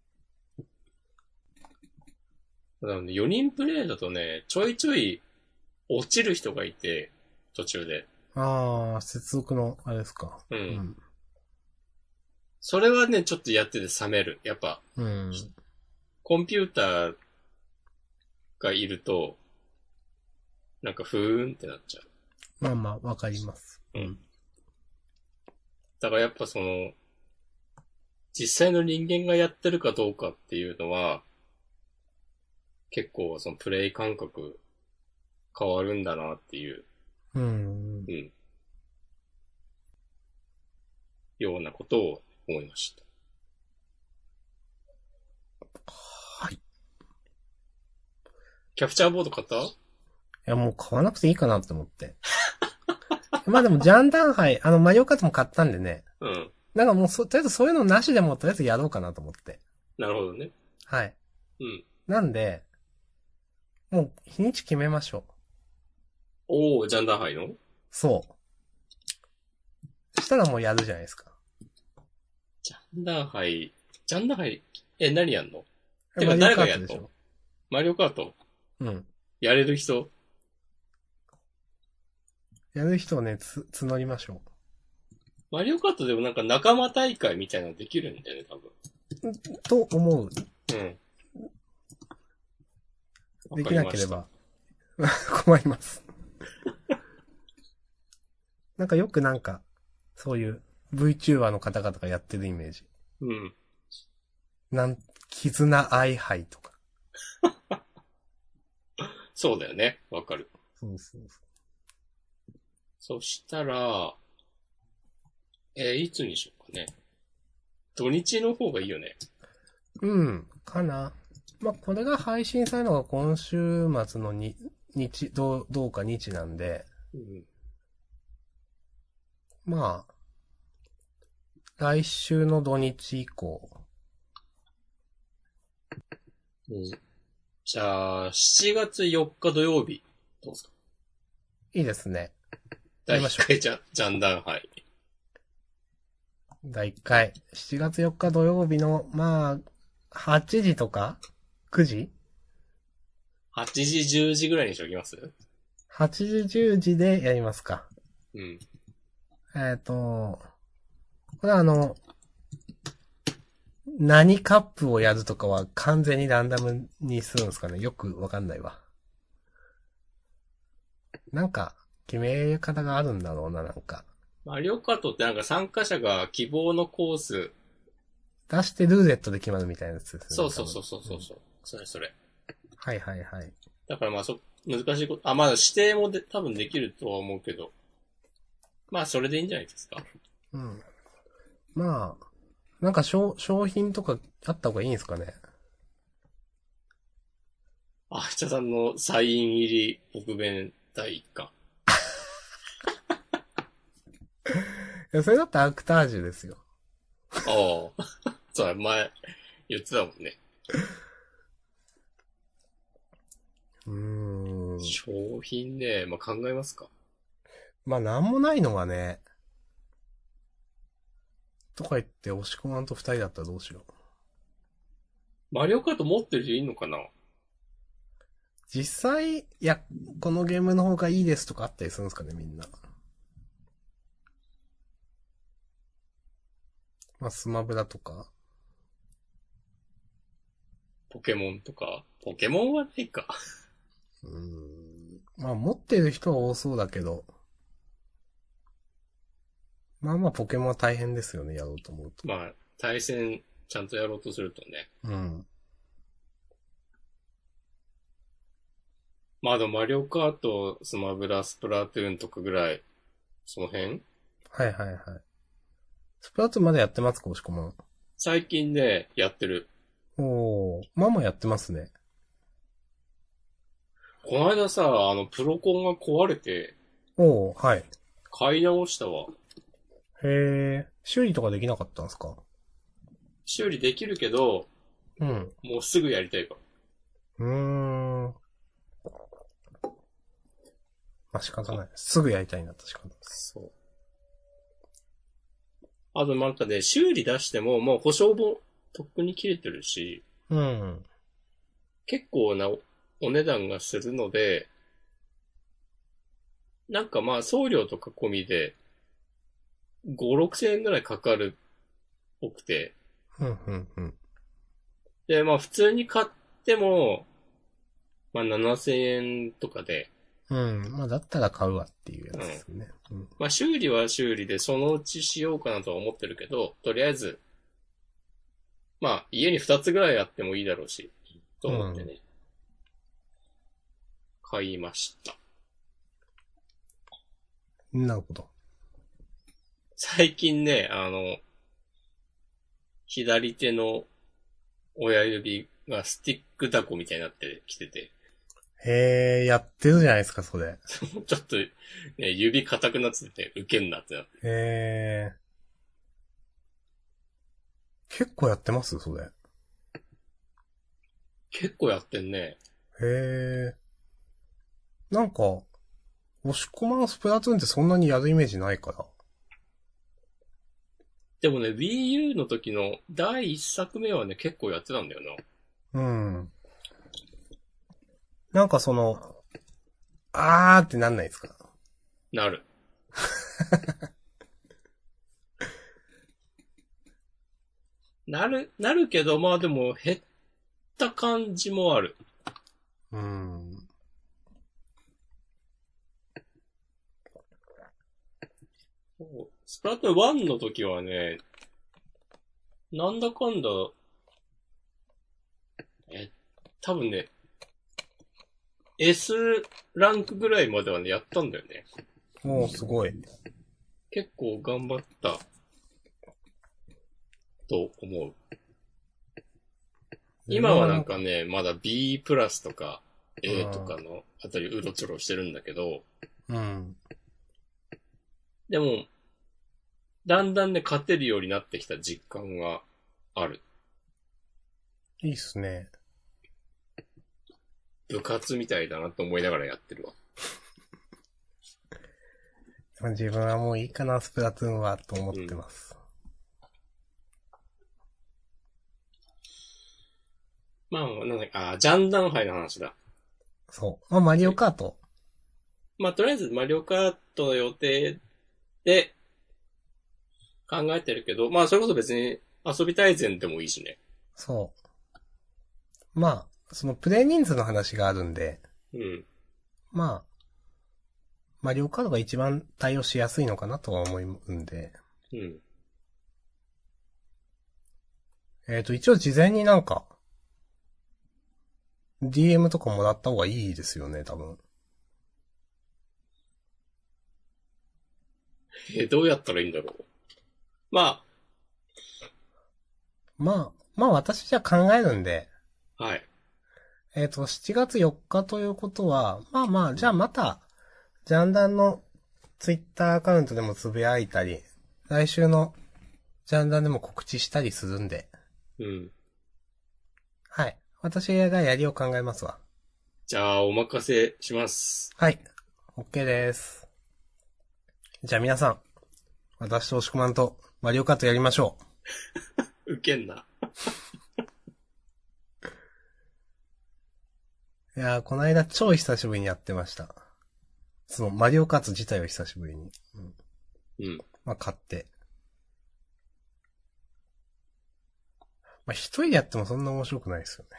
だからね、よにんプレイだとね、ちょいちょい落ちる人がいて、途中で。 ああ、接続の、あれですか。 うん。 うん。 それはね、ちょっとやってて冷める。やっぱ、 うん。 コンピューターがいると、なんかふーんってなっちゃう。 まあまあ、わかります。 うん。だからやっぱその、実際の人間がやってるかどうかっていうのは、結構そのプレイ感覚変わるんだなっていう、 うん。 うん。ようなことを思いました。 はい。いキャプチャーボード買った？ や、もう買わなくていいかなって思って。まあでも、ジャンダンハイ、あの、マリオカートも買ったんでね。 うん。 なんかもうそ、とりあえずそういうのなしでもとりあえずやろうかなと思って。 なるほどね。 はい。 うん。 なんで、もう日にち決めましょう。 おー、ジャンダーハイの？ そう。そしたらもうやるじゃないですか。 ジャンダーハイ、ジャンダーハイ、え、何やんの？てかマリオ誰がやるの？ カートでしょ。 マリオカートうん。 やれる人？ やる人をね、つ、募りましょマリオカートでもなんか仲間大会みたいなのできるんだよね、多分。 う。と思う。 うん。 できなければ。困ります。なんかよくなんか、そういう VTuber の方々がやってるイメージ。 うん。 なん、絆愛杯とか。 そうだよね。わかる。 そうそうそそしたら、えーいつにしようかね。土日の方がいいよね。 う。うん、かな。まあ、これが配信されるのが今週末のに、日、どう、どうか日なんで、 うん。 まあ、来週の土日以降。 うん、じゃあ、しちがつよっか土曜日。どうですか？ いいですね。 だいいっかいじゃ、ジャンダンハイ。 だいいっかい。しちがつよっか土曜日の、まあ、はちじとか ?く 時はちじ、じゅうじぐらいにしておきます？ ?はち 時、じゅうじでやりますか。 うん。 えっと、これはあの、何カップをやるとかは完全にランダムにするんですかね。よくわかんないわ。なんか、決め方があるんだろうな、なんか。 マリオカートってなんか参加者が希望のコース、 出してルーレットで決まるみたいなやつですね。 そうそうそうそうそうそう、うん、それそれ。 はいはいはい。 だからまあそ、難しいこと、あ、まだ指定もで多分できるとは思うけど、まあそれでいいんじゃないですか。 うん。まあ、なんか商、商品とかあった方がいいんですかね。 あ、ひちさんのサイン入り僕弁第一巻。 いや、それだったらアクタージュですよ。 ああ。そう、前、言ってたもんね。 うーん。 商品ね、まあ、考えますか。 まあ、なんもないのがね。とか言って、押し込まんと二人だったらどうしよう。 マリオカート持ってる人いんのかな？ 実際、いや、このゲームの方がいいですとかあったりするんですかね、みんな。まあ、スマブラとか。 ポケモンとか。ポケモンはないか。 うーん。まあ、持ってる人は多そうだけど。まあまあ、ポケモンは大変ですよね、やろうと思うと。 まあ、対戦ちゃんとやろうとするとね。 うん。 まあでもマリオカート、スマブラ、スプラトゥーンとかぐらい、その辺はいはいはい。スプラトゥーンまでやってますか、押し込まん。 最近ね、やってる。 おー、まあまあやってますね。 この間さ、あの、プロコンが壊れて、 おー、はい。 買い直したわ。 へー、修理とかできなかったんですか？ 修理できるけど、 うん。 もうすぐやりたいから。 うーん。まあ仕方ない。すぐやりたいな、確かに。 そう。あとなんかね、修理出してももう保証もとっくに切れてるし、 うん。 結構なお、お値段がするので、なんかまあ送料とか込みでご、ろくせんえんぐらいかかるっぽくて、 うん、うん、うん。 で、まあ普通に買っても、まあななせんえんとかで、 うん。まあだったら買うわっていうやつですね。うん。 まあ修理は修理でそのうちしようかなとは思ってるけど、とりあえず、まあ家にふたつぐらいあってもいいだろうし、と思ってね、買いました。 なるほど。 最近ね、あの、左手の親指がスティックダコみたいになってきてて、 へー、やってるじゃないですか、それ。 ちょっと、ね、指硬くなってて、ウケんなってなって。 へー。結構やってますそれ。 結構やってんね。 へー。なんか、押し込まんスプラトゥーンってそんなにやるイメージないから。 でもね、Wii U の時のだいいっさくめはね、結構やってたんだようん。なんかその、あーってなんないですか？ な。なる。なる、なるけど、まあでも減った感じもある。 うん。 スプラトゥーンワンの時はね、なんだかんだ、え、多分ね、S ランクぐらいまではね、やったんだよね。 おー、すごい。 結構頑張ったと思う。今はなんかね、まだ B プラスとか A とかのあたりうろちょろしてるんだけど、 うん。 でも、だんだんね、勝てるようになってきた実感がある。 いいっすね。 部活みたいだなと思いながらやってるわ。 自分はもういいかな、スプラトゥーンは、と思ってます。 うん、まあ、なんだか、あ、ジャンダンハイの話だ。 そう。まあ、マリオカート。 まあ、とりあえず、マリオカートの予定で考えてるけど、まあ、それこそ別に遊びたい前でもいいしね。 そう。まあ、そのプレイ人数の話があるんで、 うん。 まあ、 マリオカードが一番対応しやすいのかなとは思うんで。 うん。 えっと、一応事前になんか、ディーエム とかもらった方がいいですよね、多分。 え、どうやったらいいんだろう。ままあ、まあ私じゃ考えるんで、 あ、はい。 えっと、しちがつよっかということは、まあまあ、じゃあうん。 また、ジャンダンのツイッターアカウントでもつぶやいたり、来週のジャンダンでも告知したりするんで、 うん。 はい。私がやりを考えますわ。 じゃあ、お任せします。 はい。OK です。じゃあ皆さん、私と押し込まんとマリオカートやりましょウケんな。 う。いやー、この間超久しぶりにやってました。そのマリオカート自体を久しぶりに。うん。 うん。 まあ、買って。まあ、一人でやってもそんな面白くないですよね。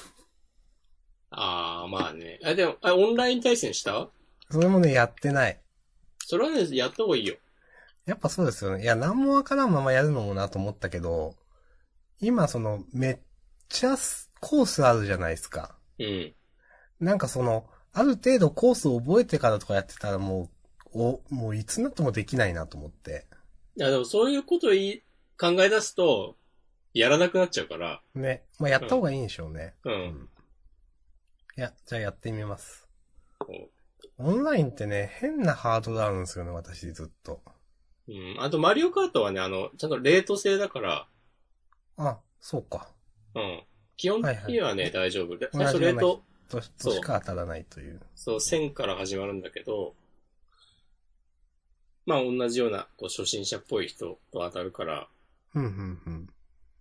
ああ、まあね。あ、でも、あ、オンライン対戦した？ それもね、やってない。 それはね、やった方がいいよ。 やっぱそうですよね。いや、なんもわからんままやるのもなと思ったけど、今その、めっちゃコースあるじゃないですか。 うん。 なんかその、ある程度コースを覚えてからとかやってたらもう、お、もういつになってもできないなと思って。 いや、でもそういうことをい考え出すと、やらなくなっちゃうから。 ね。まあ、やっうん。 た方がいいんでしょうね。 うん。 うん。いや、じゃあやってみます。 こオンラインってね、変なハードルあるんですよね、私ずっと。 ううん。あと、マリオカートはね、あの、ちゃんとレート制だから、 あ、そうか。 うん。基本はいはい。 的にはね、大丈夫。で最同じような人初レート、 としそう、 か当たらないという。 そう、せんから始まるんだけど、まあ同じような、こう、初心者っぽい人と当たるから、 ふんふんふん。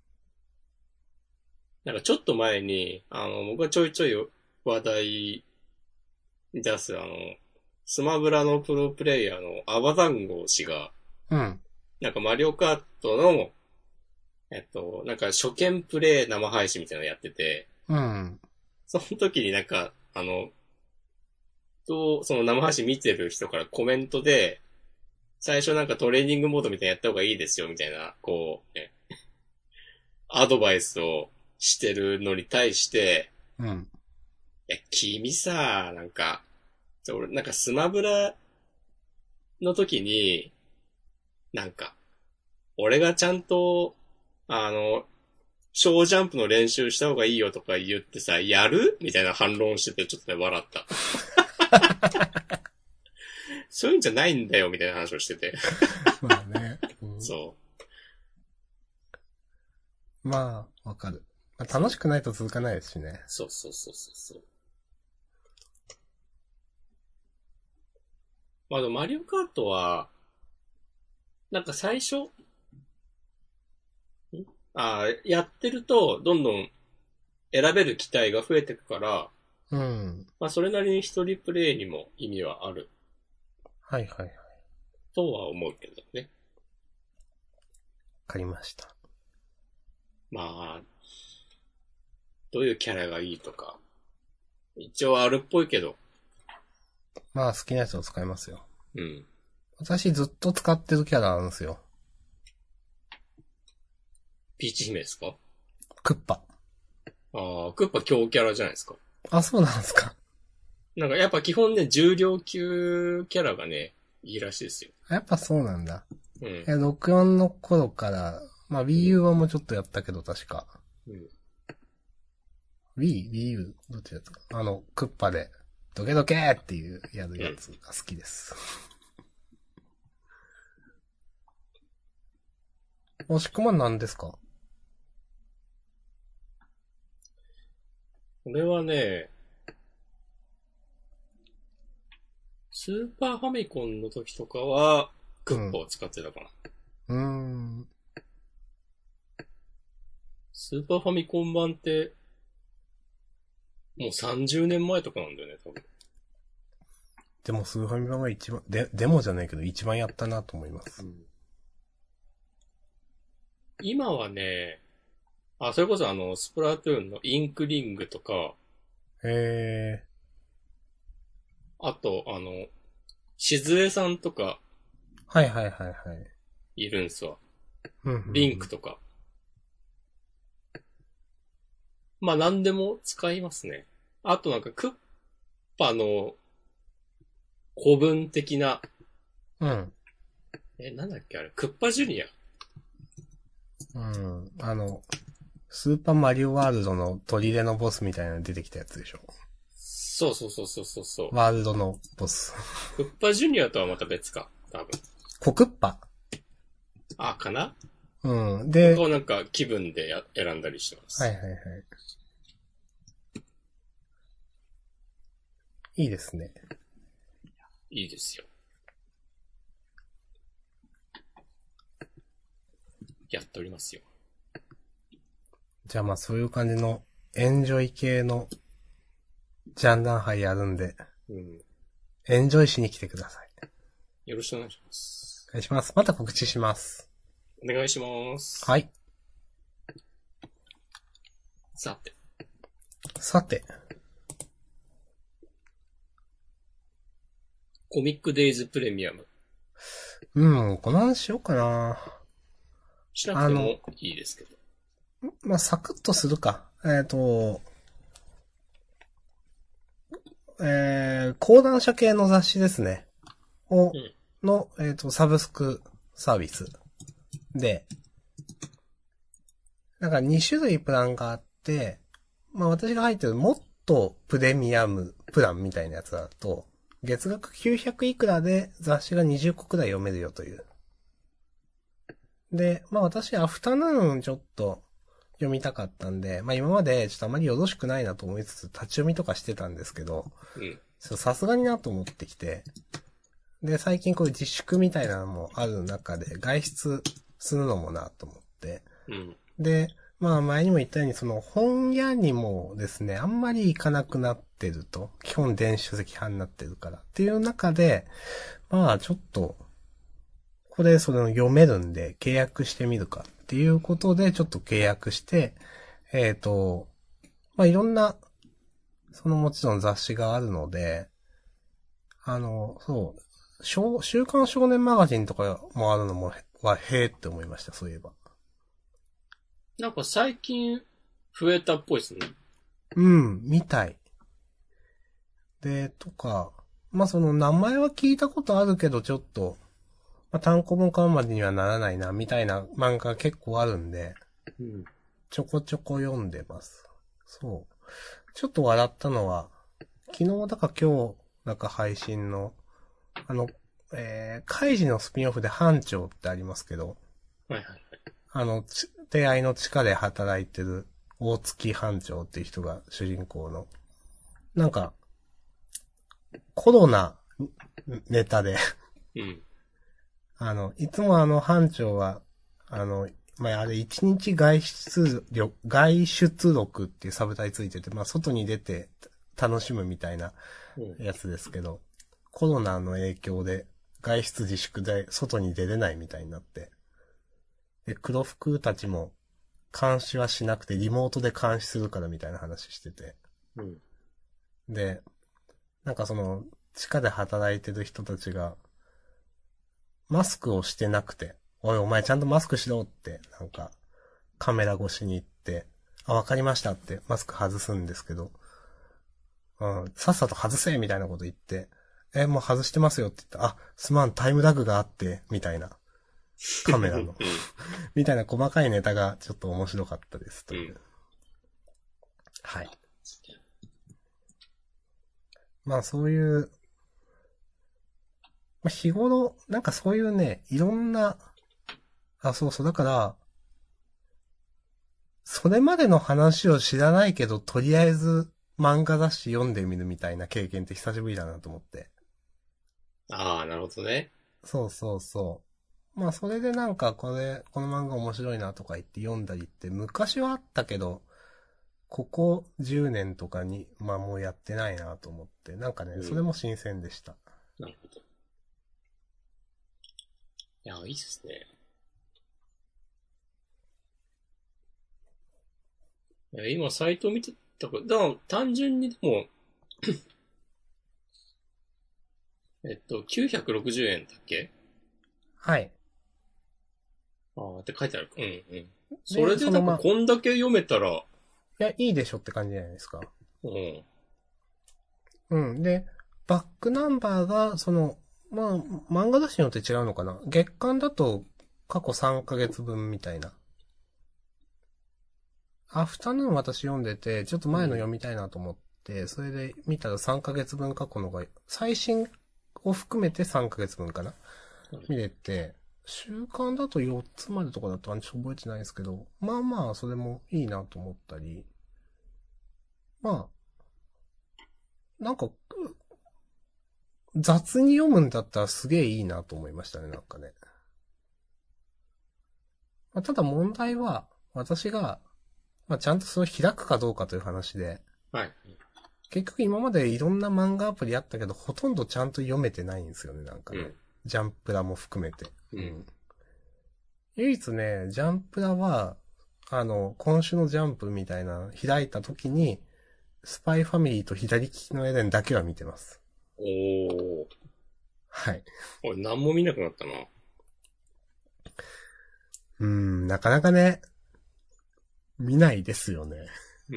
なんかちょっと前に、あの、僕がちょいちょい話題に出す、あの、スマブラのプロプレイヤーのアバタンゴ氏が、 うん。 なんかマリオカートの、えっと、なんか初見プレイ生配信みたいなのやってて、 うん。 その時になんか、あの、と、その生配信見てる人からコメントで、最初なんかトレーニングモードみたいなやった方がいいですよ、みたいな、こう、ね、アドバイスをしてるのに対して、 うん。 いや、君さ、なんか、俺、なんかスマブラの時に、なんか、俺がちゃんと、あの、小ジャンプの練習した方がいいよとか言ってさ、やるみたいな反論してて、ちょっとね、笑った。そういうんじゃないんだよ、みたいな話をしてて。 まあね。うん、 そまあ、わかる。まう。 あ、 そう。 楽しくないと続かないですしね。 そうそうそうそうそう。まあでもマリオカートは、なんか最初、ああ、やってると、どんどん選べる機体が増えてくから、 うん。 まあそれなりに一人プレイにも意味はあるはいはいはい。わとは思うけどね。 かりました。 まあ、どういうキャラがいいとか、一応あるっぽいけど、 まあ、好きなやつを使いますよ。 うん。 私ずっと使ってるキャラあるんですよ。 ピーチ姫ですか？ クッパ。 ああ、クッパ強キャラじゃないですか。 あ、そうなんですか。 なんかやっぱ基本ね、重量級キャラがね、いいらしいですよ。 やっぱそうなんだ。 うん。 え、ろくじゅうよんの頃から、まあう Wii ん。 U はもうちょっとやったけど確か。 うん。 Wii、Wii U、どっちだったか。あの、クッパで、ドケドケーっていうやるうん。 やつが好きです。押し込まんなんですか？ これはね、スーパーファミコンの時とかは、クうん。 ッパを使ってたかな。 うーん。 スーパーファミコン版って、もうさんじゅうねんまえとかなんだよね、多分。 でもスーファミ版が一番、で、デモじゃないけど一番やったなと思います。 うん。今はね、あ、それこそあの、スプラトゥーンのインクリングとか、 へあと、あの、 しずえさんとかはいはいはいはい。 いるんすわ。 うんうんうん、 リンクとか。まあ何でも使いますね。あとなんかクッパの古文的な、 うん。 え、なんだっけあれ、クッパジュニア。 うん。あの、スーパーマリオワールドの砦のボスみたいなの出てきたやつでしょ。 そうそうそうそうそうそう。 ワールドのボス。 クッパジュニアとはまた別か。多分。 コクッパ。 あ、かなうん。で、 他はなんか気分でや選んだりしてます。 はいはいはい。いいですね。 いいですよ。やっておりますよ。 じゃあまあそういう感じのエンジョイ系のジャンダン杯やるんで、 うん。 エンジョイしに来てください。 よろしくお願いします。 お願いします。また告知します。 お願いします。 はい。 さて。 さて。 コミックデイズプレミアム。 うん、この話しようかな。 しなくてもいいですけど。 まあ、サクッとするか。えっ、ー、と、えー、講談社系の雑誌ですね。を、 うん、 の、えっ、ー、と、サブスクサービスで、なんかに種類プランがあって、まあ私が入ってるもっとプレミアムプランみたいなやつだと、月額きゅうひゃくいくらで雑誌がにじゅっこくらい読めるよという。で、まあ私アフタヌーンちょっと読みたかったんで、まあ今までちょっとあまりよろしくないなと思いつつ立ち読みとかしてたんですけど、 うん。 さすがになと思ってきて、で、最近こういう自粛みたいなのもある中で外出するのもなと思って、 うん。 で、まあ前にも言ったようにその本屋にもですね、あんまり行かなくなってると、基本電子書籍派になってるからっていう中で、まあちょっと、これそれを読めるんで契約してみるかっていうことでちょっと契約して、えっ、と、まあいろんな、そのもちろん雑誌があるので、あの、そう、少週刊少年マガジンとかもあるのも、は、へーって思いました、そういえば。 なんか最近増えたっぽいですね。 うん、みたい。で、とか、まあ、その名前は聞いたことあるけど、ちょっと、まあ、単行本買うまでにはならないな、みたいな漫画が結構あるんで、 うん。 ちょこちょこ読んでます。そう。ちょっと笑ったのは、昨日だか今日だか配信の、あの、えー、カイジのスピンオフで班長ってありますけど、 はいはいはい。 あの、ち出会いの地下で働いてる大月班長っていう人が主人公の、なんか、コロナネタでうん。 あの、いつもあの班長は、あの、まあ、あれ一日外出力、外出録っていうサブタイついてて、まあ、外に出て楽しむみたいなうん。 やつですけど、コロナの影響で外出自粛で外に出れないみたいになって、で、黒服たちも監視はしなくてリモートで監視するからみたいな話してて、 うん。 で、なんかその、地下で働いてる人たちが、マスクをしてなくて、おいお前ちゃんとマスクしろって、なんか、カメラ越しに言って、あ、わかりましたってマスク外すんですけど、うん、さっさと外せみたいなこと言って、え、もう外してますよって言ったあ、すまん、タイムラグがあって、みたいな。カメラの。 うん。 みたいな細かいネタがちょっと面白かったです。という。 うん。 はい。まあそういう、まあ、日頃、なんかそういうね、いろんな、あ、そうそう、だから、それまでの話を知らないけど、とりあえず漫画雑誌読んでみるみたいな経験って久しぶりだなと思って。 ああ、なるほどね。 そうそうそう。まあそれでなんかこれ、この漫画面白いなとか言って読んだりって昔はあったけど、ここじゅうねんとかに、まあもうやってないなと思って、なんかね、 うん。 それも新鮮でした。 なるほど。いや、いいっすね。いや、今サイト見てたから、だから単純にでも、 えっと、きゅうひゃくろくじゅうえんだっけ？ はい。 ああ、って書いてあるか。うんうん。そで、 れでなんかそのまあ、 こんだけ読めたら、 いや、いいでしょって感じじゃないですか。 うん。 うん。で、バックナンバーが、その、まあ、漫画雑誌によって違うのかな。月間だと過去さんかげつぶんみたいな。アフタヌーン私読んでて、ちょっと前の読みたいなと思って、それで見たらさんかげつぶん過去のが、最新を含めてさんかげつぶんかな見れて、週間だとよっつまでとかだとちょっと覚えてないですけど、まあまあ、それもいいなと思ったり、まあ、なんか、雑に読むんだったらすげえいいなと思いましたね、なんかね。まあ、ただ問題は、私が、まあ、ちゃんとそれを開くかどうかという話で、 はい。 結局今までいろんな漫画アプリあったけど、ほとんどちゃんと読めてないんですよね、なんかね。 うん。 ジャンプラも含めて。 うん。 唯一ね、ジャンプラは、あの、今週のジャンプみたいな、開いた時に、スパイファミリーと左利きのエレンだけは見てます。 おー。 はい。 俺何も見なくなったな。 うーん、なかなかね、見ないですよね。 うん。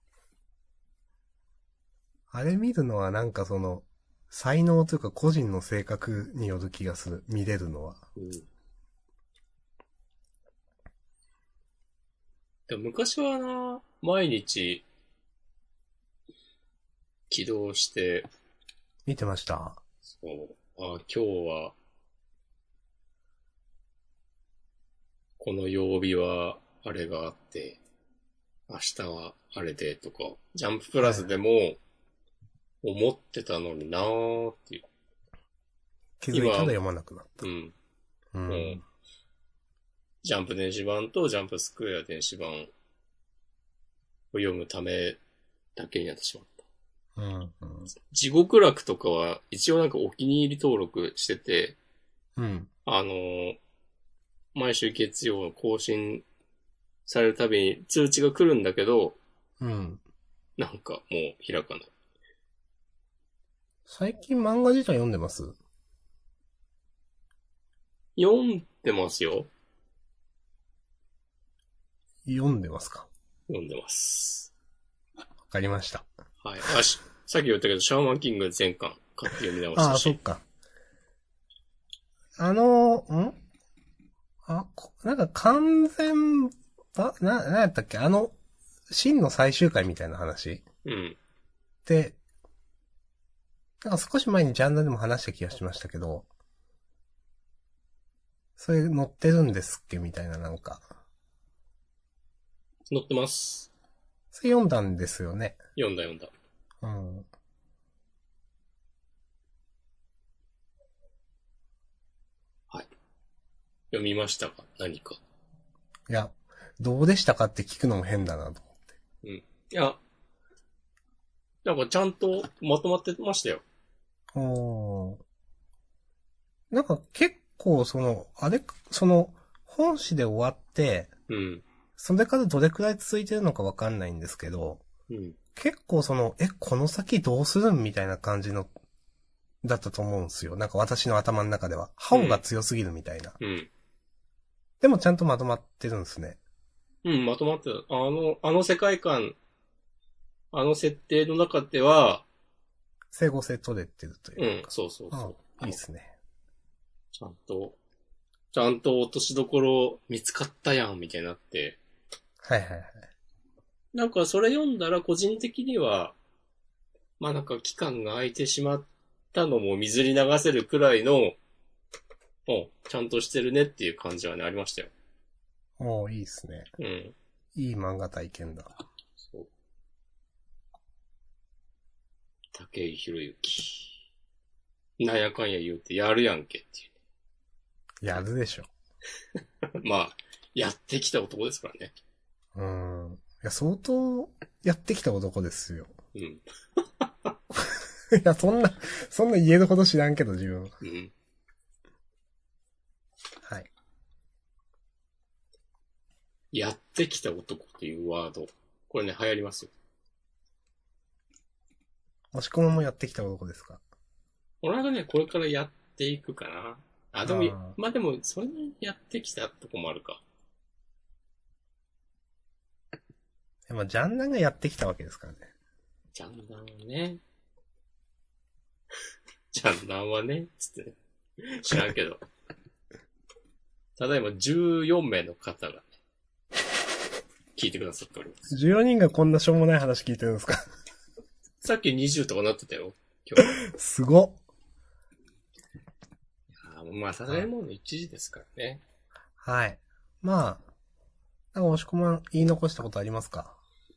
あれ見るのはなんかその、才能というか個人の性格による気がする。見れるのは。 うん。でも昔はな、毎日起動して、 見てました。 そう、あ、今日は、この曜日はあれがあって、明日はあれでとか、ジャンププラはい。 スでも思ってたのになーっていう。 気づいたら今、 読まなくなった。 うん、もう、 うん。 ジャンプ電子版とジャンプスクエア電子版を読むためだけになってしまった。 うん。うん。 地獄楽とかは一応なんかお気に入り登録してて、 うん。 あのー毎週月曜更新されるたびに通知が来るんだけど、 うん。 なんかもう開かない。 最近漫画自体読んでます？ 読んでますよ。 読んでますか？ 読んでます。 わかりました。 はい。あし、さっき言ったけど、シャーマンキング全巻買って読み直しああ、そったし。 か。あの、んあ、こなんか完全、ば、な、なんやったっけあの、真の最終回みたいな話うん。 で、なんか少し前にジャンルでも話した気がしましたけど、それ載ってるんですっけみたいななんか。 載ってます。 それ読んだんですよね。 読んだ読んだ。 うん。 はい。読みましたか？何か。 いや、どうでしたかって聞くのも変だなと思って。 うん。いや、なんかちゃんとまとまってましたよ。 おー。なんか結構その、あれ、その、本誌で終わって、 うん。 それからどれくらい続いてるのかわかんないんですけど、 うん。 結構その、え、この先どうするんみたいな感じの、だったと思うんですよ。なんか私の頭の中では。ハオが強すぎるみたいな。 うん。 でもちゃんとまとまってるんですね。 うん、まとまってた。あの、あの世界観、あの設定の中では、 整合性取れてるというか。 うん、そうそうあそう。 あ、いいっすね。 ちゃんと、ちゃんと落としどころ見つかったやん、みたいになって。 はいはいはい。 なんかそれ読んだら個人的には、まあなんか期間が空いてしまったのも水に流せるくらいの、おちゃんとしてるねっていう感じはね、ありましたよ。 おー、いいっすね。 うん。 いい漫画体験だ。 そう。武井宏之。なんやかんや言うてやるやんけっていう。 やるでしょ。 まあ、やってきた男ですからね。 うーん。いや、相当やってきた男ですよ。 うん。 いや、そんな、そんな言えるほど知らんけど、自分は。 うん。 はい。 やってきた男っていうワード。これね、流行りますよ。 押し込むもやってきた男ですか？ 俺はね、これからやっていくかな。あ、でも、 あまあでも、それなりにやってきたとこもあるか。 でもジャンダンがやってきたわけですからね。 ジャンダンはね。ジャンダンはね、つって、ね。知らんけど。ただいまじゅうよんめいの方がね、聞いてくださっております。 じゅうよにんがこんなしょうもない話聞いてるんですか？ さっきにじゅうとかなってたよ、今日。 すごっ。 あまあ、さすがにもういちじですからね。 はい。まあ、なんか押し込まん言い残したことありますか？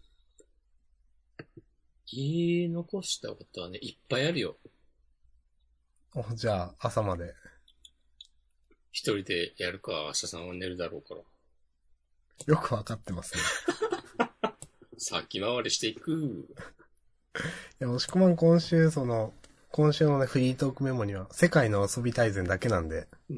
言い残したことはね、いっぱいあるよ。 お、じゃあ、朝まで。 一人でやるか、明日さんは寝るだろうから。 よくわかってますね。 先回りしていく。 いや、押し込まん今週、その、今週のね、フリートークメモには、世界の遊び大全だけなんで。 うん。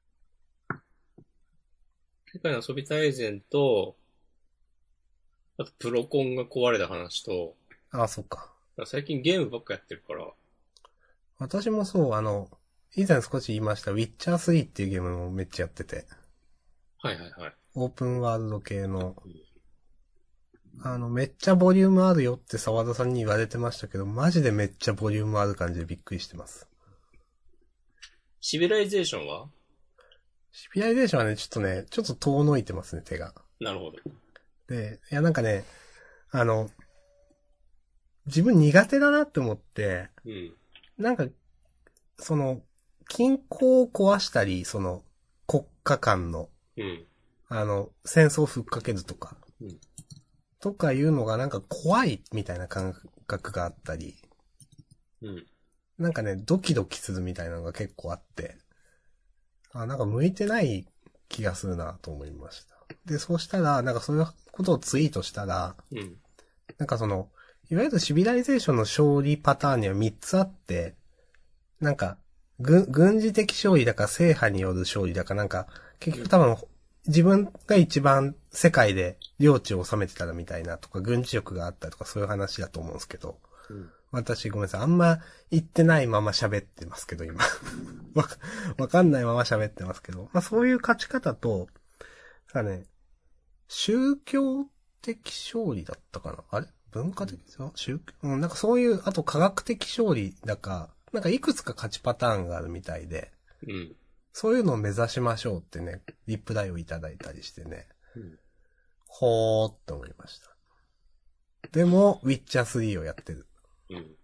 世界の遊び大全と、あとプロコンが壊れた話と、 ああ、そっか。 最近ゲームばっかやってるから。 私もそう、あの、以前少し言いました、ウィッチャースリーっていうゲームもめっちゃやってて。 はいはいはい。 オープンワールド系の。あの、めっちゃボリュームあるよって沢田さんに言われてましたけど、マジでめっちゃボリュームある感じでびっくりしてます。 シビライゼーションは？ シビライゼーションはね、ちょっとね、ちょっと遠のいてますね、手が。 なるほど。 で、いやなんかね、あの、自分苦手だなって思って、 うん。 なんか、その、均衡を壊したり、その、国家間の、 うん。 あの、戦争をふっかけるとか、 うん。 とかいうのがなんか怖いみたいな感覚があったり、 うん。 なんかね、ドキドキするみたいなのが結構あって、あ、なんか向いてない気がするなと思いました。で、そうしたら、なんかそういうことをツイートしたら、 うん。 なんかその、いわゆるシビライゼーションの勝利パターンにはみっつあって、なんか、軍、軍事的勝利だか制覇による勝利だかなんか、結局多分、自分が一番世界で領地を治めてたらみたいなとか、軍事力があったとかそういう話だと思うんですけど、 うん。 私ごめんなさい、あんま言ってないまま喋ってますけど、今。わか、わかんないまま喋ってますけど、まあそういう勝ち方と、なんかね、宗教的勝利だったかなあれ文化的さ宗教うん、なんかそういう、あと科学的勝利だか、なんかいくつか勝ちパターンがあるみたいで、 うん。 そういうのを目指しましょうってね、リプライをいただいたりしてね、 うん。 ほーって思いました。でも、ウィッチャースリーをやってる。 うん。い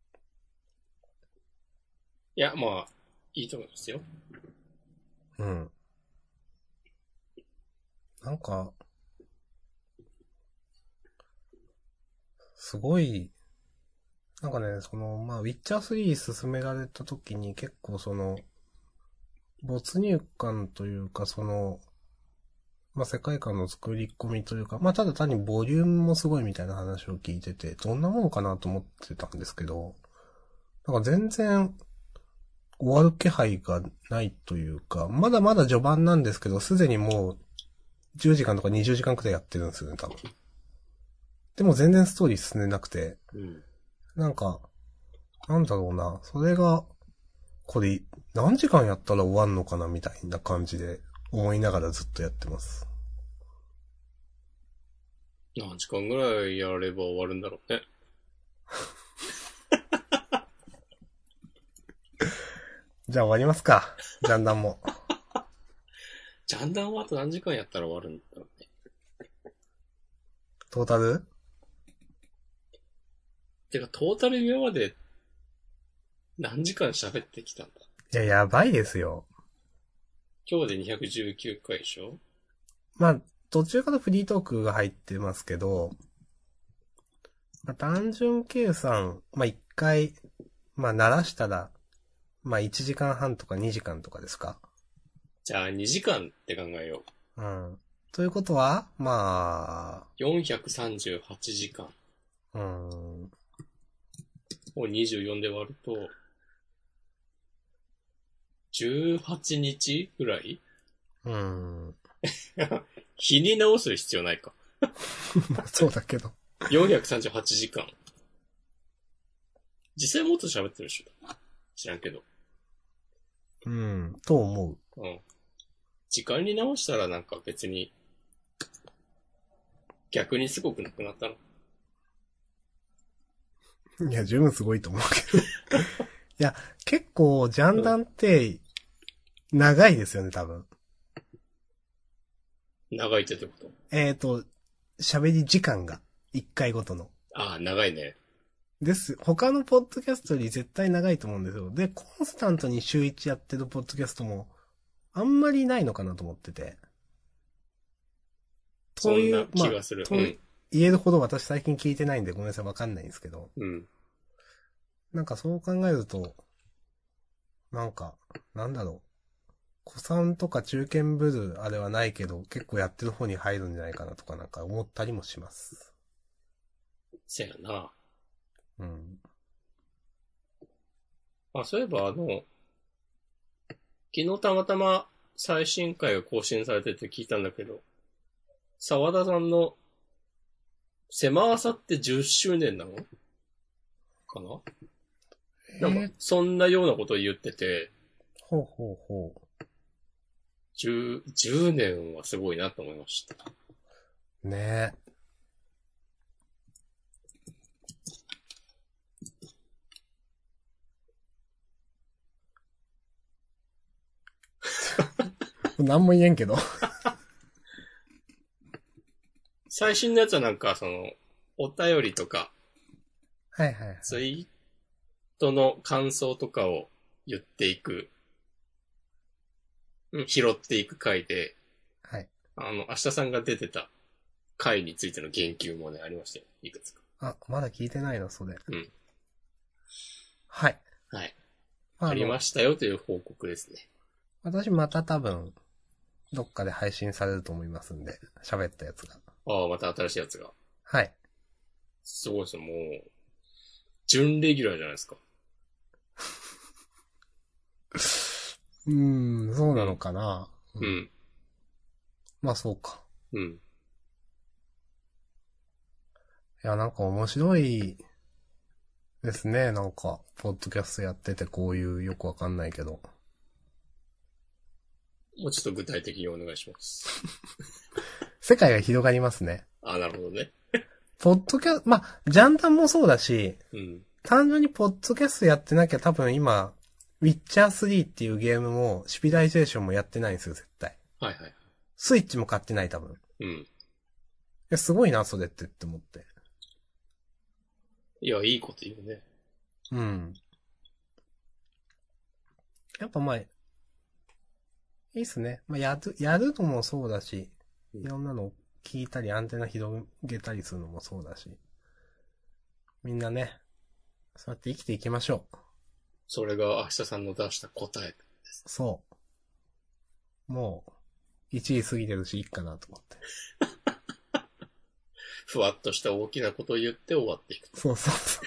や、まあ、いいと思いますよ。 うん。なんか、すごい、なんかね、その、まあ、ウィッチャースリー進められた時に結構その、没入感というか、その、まあ、世界観の作り込みというか、まあ、ただ単にボリュームもすごいみたいな話を聞いてて、どんなものかなと思ってたんですけど、なんか全然終わる気配がないというか、まだまだ序盤なんですけど、すでにもうじゅうじかんとかにじゅうじかんくらいやってるんですよね、多分。でも全然ストーリー進んでなくて、 うん。 なんか、なんだろうな、それが、これ、何時間やったら終わんのかなみたいな感じで思いながらずっとやってます。 何時間ぐらいやれば終わるんだろうね。 じゃあ終わりますか。ジャンダンも。 ジャンダンはあと何時間やったら終わるんだろうね。 トータルてか、トータル今まで何時間喋ってきたんだ。 いや、やばいですよ。 今日でにひゃくじゅうきゅうかいでしょ？ まあ、途中からフリートークが入ってますけど、まあ、単純計算、まあ一回、まあ鳴らしたら、まあいちじかんはんとかにじかんとかですか？ じゃあにじかんって考えようん。ということは、まあ、 う。よんひゃくさんじゅうはちじかんうーん。 をにじゅうよんで割ると、じゅうはちにちぐらい？ うーん。 日に直す必要ないか。 まあそうだけど。 よんひゃくさんじゅうはちじかん。実際もっと喋ってるでしょ。 知らんけど。 うん、と思う。 うん。時間に直したらなんか別に、逆にすごくなくなったの。 いや、十分すごいと思うけど。いや、結構、ジャンダンって、長いですよね、多分。 長いってってこと？ えっと、喋り時間が、一回ごとの。 ああ、長いね。 です。他のポッドキャストより絶対長いと思うんですよ。で、コンスタントに週一やってるポッドキャストも、あんまりないのかなと思ってて。 そんな気がする。 まあ、 うん。 言えるほど私最近聞いてないんでごめんなさい、わかんないんですけど。 うん。 なんかそう考えると、なんか、なんだろう。古参とか中堅ブルーあれはないけど、結構やってる方に入るんじゃないかなとかなんか思ったりもします。 せやな。 うん。 あ、そういえばあの、昨日たまたま最新回が更新されてて聞いたんだけど、沢田さんの狭朝ってじゅっしゅうねんなのかな、 えなんか、そんなようなことを言ってて、 ほうほうほじゅう、じゅうねんはすごいなと思いました。 う。ねえ。なんも言えんけど。 最新のやつはなんか、その、お便りとか、 はいはいはい。 ツイートの感想とかを言っていく、うん拾っていく回で、 はい。 あの、明日さんが出てた回についての言及もね、ありましたよ。いくつか。 あ、まだ聞いてないの、それ。 うん。 はい。 はい。 あのありましたよという報告ですね。 私また多分、どっかで配信されると思いますんで、喋ったやつが。 ああ、また新しいやつが。 はい。 すごいですよ、もう、準レギュラーじゃないですか。 うーん、そうなのかな。 うん。うん。 まあそうか。 うん。 いや、なんか面白いですね。なんか、ポッドキャストやっててこういうよくわかんないけど。 もうちょっと具体的にお願いします。 世界が広がりますね。 ああ、なるほどね。 ポッドキャスト、まあ、ジャンダンもそうだし、 うん。 単純にポッドキャストやってなきゃ多分今、ウィッチャースリーっていうゲームも、シビライゼーションもやってないんですよ、絶対。 はいはい。 スイッチも買ってない多分。いうん。 や、すごいな、それってって思って。 いや、いいこと言うね。 うん。やっぱまあ、いいっすね。まあ、やる、やるのもそうだし、 うんいろんなの聞いたり、アンテナ広げたりするのもそうだし。みんなね、そうやって生きていきましょう。 それが明日さんの出した答えです。 そう。もう、いちじ過ぎてるし、いいかなと思って。 ふわっとした大きなことを言って終わっていく。 そうそうそう。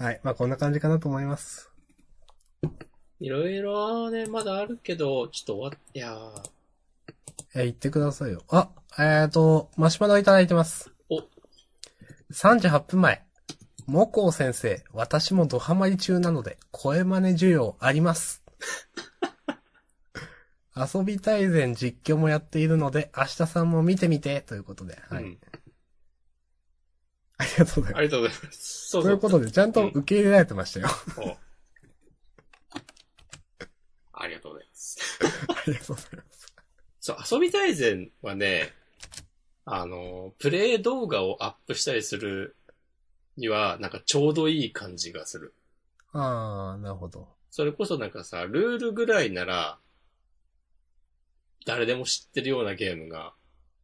はい。まあ、こんな感じかなと思います。 いろいろね、まだあるけど、ちょっと終わっ、いやー。 え、言ってくださいよ。あ、えーと、マシュマロいただいてます。 お、 さんじゅうはっぷんまえ。モコウ先生、私もドハマり中なので、声真似需要あります。遊び大全実況もやっているので、明日さんも見てみて、ということで。はい。 うん。 ありがとうございます。 ありがとうございます。そうそう。 ということで、ちゃんと受け入れられてましたよ。 うん、おありがとうございます。 ありがとうございます。 そう、遊び大全はね、あの、プレイ動画をアップしたりするには、なんかちょうどいい感じがする。 あー、なるほど。 それこそなんかさ、ルールぐらいなら、誰でも知ってるようなゲームが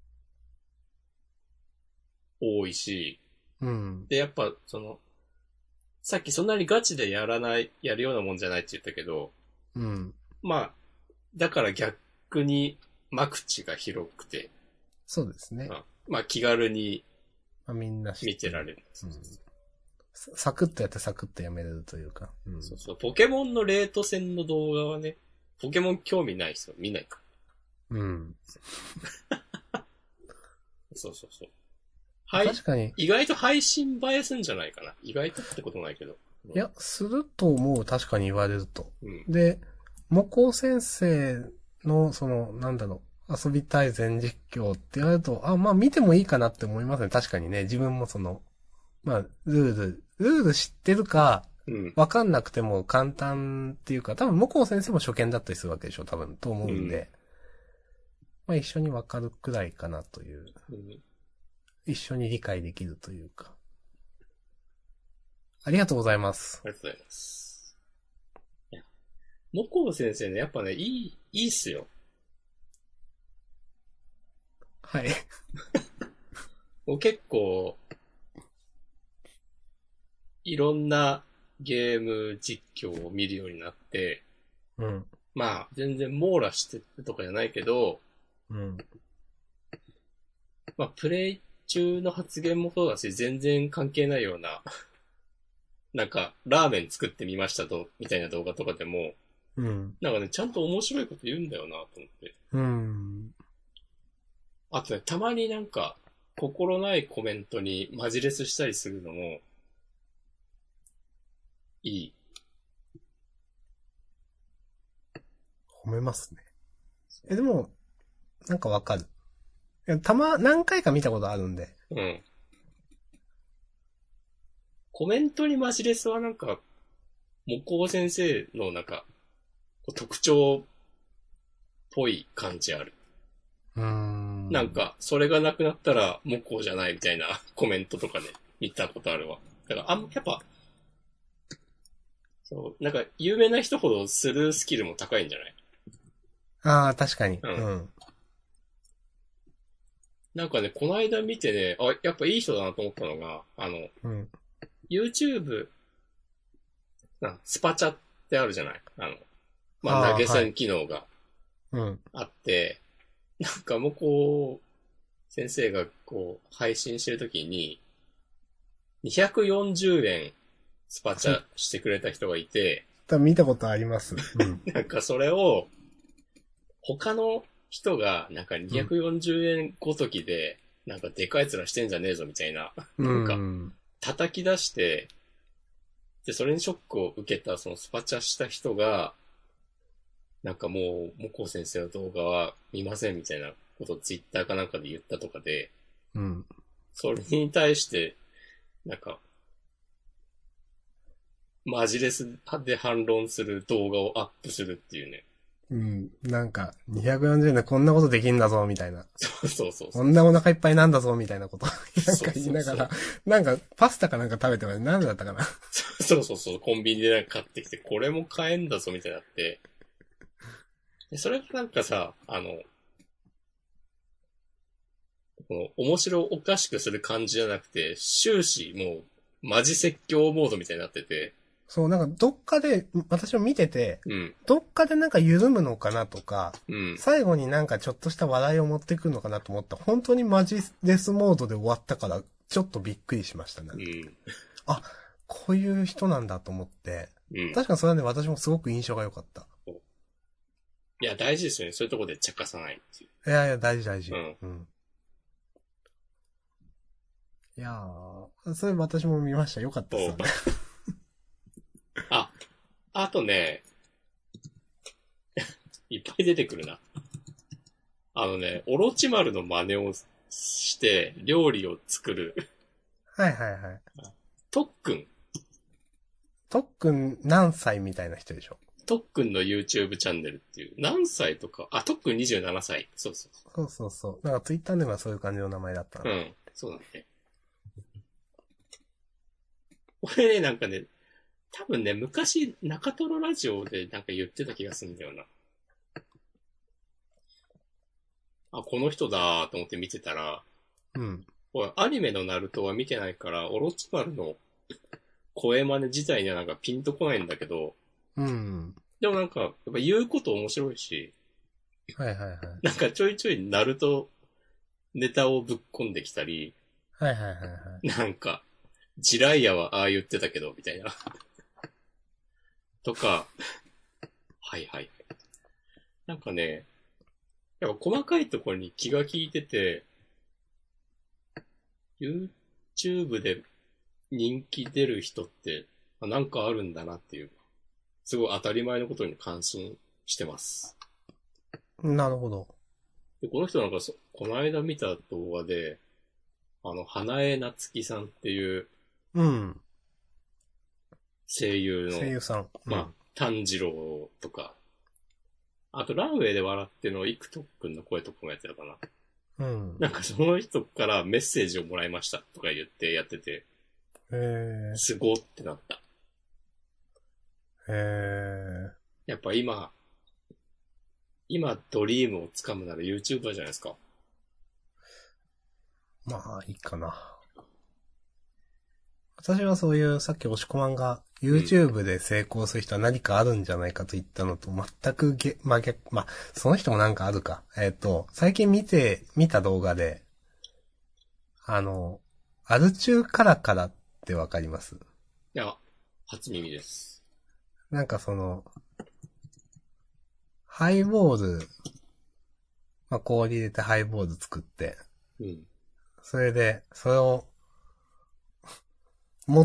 多いし、 うん。 で、やっぱ、その、さっきそんなにガチでやらない、やるようなもんじゃないって言ったけど、 うん。 まあ、だから逆に間口が広くて、 そうですね。 まあ、まあ気軽にまあ、みんな知って見てられる。 うん、ササクッとやってサクッとやめれるというか。うん、 そうそう。ポケモンのレート戦の動画はね、ポケモン興味ない人見ないか。 うん。 そうそうそう。 はい。 確かに。 意外と配信映えすんじゃないかな。意外とってことないけど。 いや、すると思う。確かに言われると。 うん。 で、木工先生の、その、なんだろう、遊びたい全実況って言われると、あ、まあ見てもいいかなって思いますね。確かにね。自分もその、まあ、ルール、ルール知ってるか、 うん。 わかんなくても簡単っていうか、多分木工先生も初見だったりするわけでしょ、多分、と思うんで。まあ一緒にわかるくらいかなという。 うん。 一緒に理解できるというか。ありがとうございます。 ありがとうございます。いや、もこう先生ね、やっぱね、いい、いいっすよ。 はい。 もう結構、いろんなゲーム実況を見るようになって、 うん。 まあ、全然網羅してるとかじゃないけど、 うん。 まあ、プレイ中の発言もそうだし、全然関係ないような、なんか、ラーメン作ってみましたと、みたいな動画とかでも、 うん。 なんかね、ちゃんと面白いこと言うんだよなと思って。 うん。 あとね、たまになんか、心ないコメントにマジレスしたりするのも、いい。 褒めますね。え、でも、なんかわかる。いやたま、何回か見たことあるんで。 うん。コメントにマジレスはなんか、木工先生のなんか、特徴っぽい感じある。 うーん。 なんか、それがなくなったら木工じゃないみたいなコメントとかで見たことあるわ。だから、あん、やっぱ、そう、なんか、有名な人ほどスルースキルも高いんじゃない？ ああ、確かに。 ううんん。 なんかね、この間見てね、あ、やっぱいい人だなと思ったのが、あの、 うん。 YouTube、なスパチャってあるじゃない？あの、まあ、 ああ、 投げ銭はい。 機能がうん。 あって、なんかもうこう、先生がこう、配信してるときに、にひゃくよんじゅうえんスパチそ、 ャしてくれた人がいて、 多分見たことあります。うん。 なんかそれを、他の人が、なんかうん。 にひゃくよんじゅうえんごときで、なんかでかい面してんじゃねえぞみたいな、 うなんかん。 叩き出して、で、それにショックを受けたそのスパチャした人が、なんかもう、もこ先生の動画は見ませんみたいなことをツイッターかなんかで言ったとかで、 うん。 それに対して、なんか、マジレスで反論する動画をアップするっていうね。 うん。なんか、にひゃくよんじゅうえんでこんなことできんだぞ、みたいな。 そうそうそうそう。 こんなお腹いっぱいなんだぞ、みたいなこと。なんかそうそうそう。 言いながら、なんか、パスタかなんか食べてます。なんだったかな。 そうそうそう。コンビニでなんか買ってきて、これも買えんだぞ、みたいになって。でそれがなんかさ、あの、この面白おかしくする感じじゃなくて、終始もう、マジ説教モードみたいになってて、 そう、なんかどっかで、私も見てて、 うん、 どっかでなんか緩むのかなとか、 うん、 最後になんかちょっとした笑いを持ってくるのかなと思ったら、本当にマジレスモードで終わったから、ちょっとびっくりしましたね。 うん、 あ、こういう人なんだと思って、 うん。 確かにそれはね、私もすごく印象が良かった。 いや、大事ですよね。そういうところで茶化さないっていいやいや、大事大う。う事。 ん。 うん。いやー、それ私も見ました。良かったっすそう。 よね。 あ、あとね、いっぱい出てくるな。あのね、オロチマルの真似をして、料理を作る、 はいはいはい。 特訓。 とっくん何歳みたいな人でしょ。 特訓の YouTube チャンネルっていう。何歳とか、あ、特訓にじゅうななさい。そうそうそそうそうそう。なんかツイッターではそういう感じの名前だったう。うな。 ん。そうだね。これね、なんかね、多分ね、昔、中トロラジオでなんか言ってた気がするんだよな。あ、この人だーと思って見てたら、 うん。 おい、アニメのナルトは見てないから、オロチマルの声真似自体にはなんかピンとこないんだけど、 うん。 でもなんか、やっぱ言うこと面白いし、 はいはいはい。 なんかちょいちょいナルトネタをぶっ込んできたり、 はいはいはいはい。 なんか、ジライアはああ言ってたけど、みたいな。とか、はいはい。なんかね、やっぱ細かいところに気が利いてて、 YouTube で人気出る人って、あ、なんかあるんだなっていう、すごい当たり前のことに感心してます。 なるほど。 で、この人なんかそ、この間見た動画で、あの、花江夏樹さんっていううん。 声優の、 声優さん。うん、 まあ、炭治郎とか、あと、ランウェイで笑っての、イクトくんの声とかもやってたかな。 うん。 なんかその人からメッセージをもらいましたとか言ってやってて、 へー。 すごってなった。 へー。 やっぱ今、今ドリームをつかむなら YouTuber じゃないですか。 まあ、いいかな。私はそういう、さっき押し込まんが YouTube で成功する人は何かあるんじゃないかと言ったのと全くげ真逆、まあ、その人もなんかあるか。えっと、最近見て、見た動画で、あの、アル中カラカラってわかります？ いや、初耳です。 なんかその、ハイボール、まあ、氷入れてハイボール作って、 うん。 それで、それを、持って、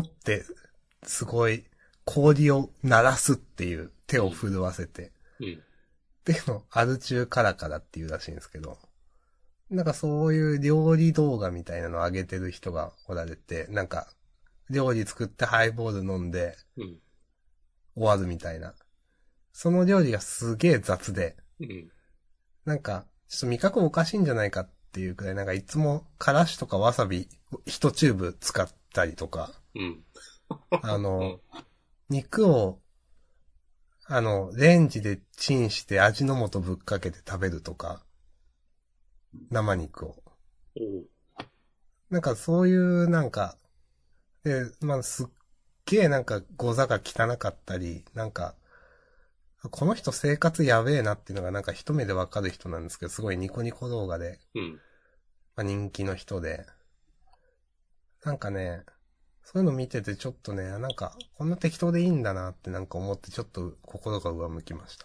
すごい、氷を鳴らすっていう手を震わせて、 うん。 っていうのをアル中カラカラっていうらしいんですけど、なんかそういう料理動画みたいなのを上げてる人がおられて、なんか、料理作ってハイボール飲んで、 うん。 終わるみたいな。その料理がすげえ雑で、 うん。 なんか、ちょっと味覚おかしいんじゃないかっていうくらい、なんかいつも、からしとかわさび、一チューブ使ったりとか、 うん。 あの、 うん、 肉を、あの、レンジでチンして味の素ぶっかけて食べるとか、生肉を。なんかそういうなんか、で、まあ、すっげえなんかゴザが汚かったり、なんか、この人生活やべえなっていうのがなんか一目でわかる人なんですけど、すごいニコニコ動画で、 うん。 まあ、人気の人で、なんかね、そういうの見ててちょっとね、なんか、こんな適当でいいんだなってなんか思ってちょっと心が上向きました。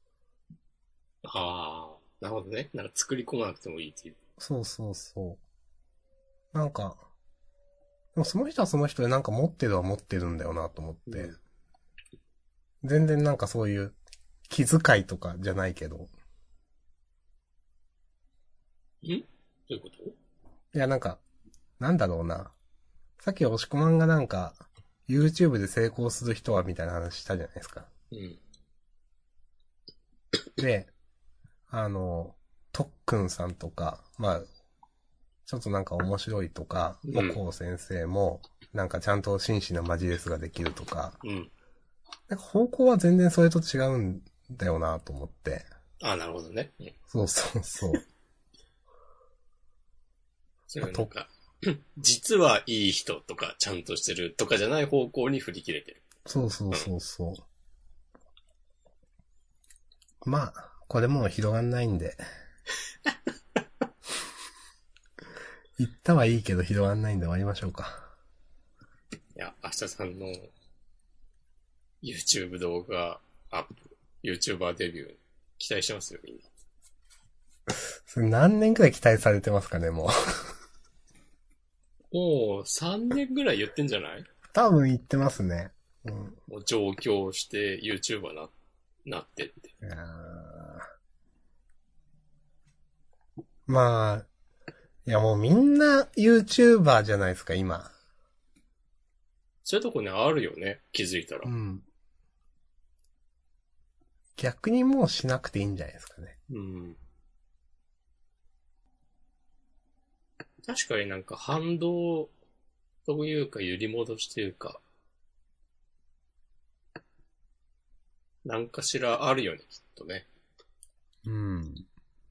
ああ、なるほどね。なんか作り込まなくてもいいっていう。 そうそうそう。なんか、でもその人はその人でなんか持ってるは持ってるんだよなと思って、うん、全然なんかそういう気遣いとかじゃないけど。ん？どういうこと？ いやなんか、なんだろうな。さっき押し込まんがなんか、YouTube で成功する人はみたいな話したじゃないですか。 うん。 で、あの、とっくんさんとか、まあ、ちょっとなんか面白いとか、もうこう先生も、なんかちゃんと真摯なマジレスができるとか、 うん。 なんか方向は全然それと違うんだよなと思って。 ああ、なるほどね。うん、 そうそうそう。 それなんか、実はいい人とか、ちゃんとしてるとかじゃない方向に振り切れてる。 そうそうそうそう。うん、まあ、これもう広がんないんで。言ったはいいけど広がんないんで終わりましょうか。 いや、明日さんの YouTube 動画アップ、YouTuber デビュー、期待してますよ、みんな。 それ何年くらい期待されてますかね、もう。 もうさんねんぐらい言ってんじゃない？ 多分言ってますね。うん。 もう上京して YouTuber な、なってって。 いやまあ、いやもうみんな YouTuber じゃないですか、今。 そういうとこね、あるよね、気づいたら。 うん。逆にもうしなくていいんじゃないですかね。 うん。確かになんか反動というか揺り戻しというか、なんかしらあるよね、きっとね。 うん。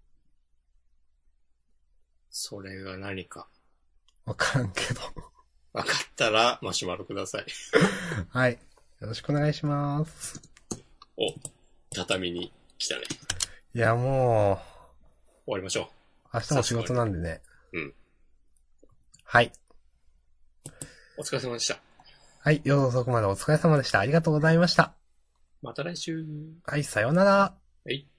それが何か。 わからんけど。 わかったらマシュマロください。 はい。よろしくお願いします。 お、畳に来たね。 いやもう。 終わりましょう。明日も仕事なんでね。 うん。 はい。 お疲れ様でした。 はい。夜遅くまでお疲れ様でした。ありがとうございました。 また来週。 はい、さようなら。 はい。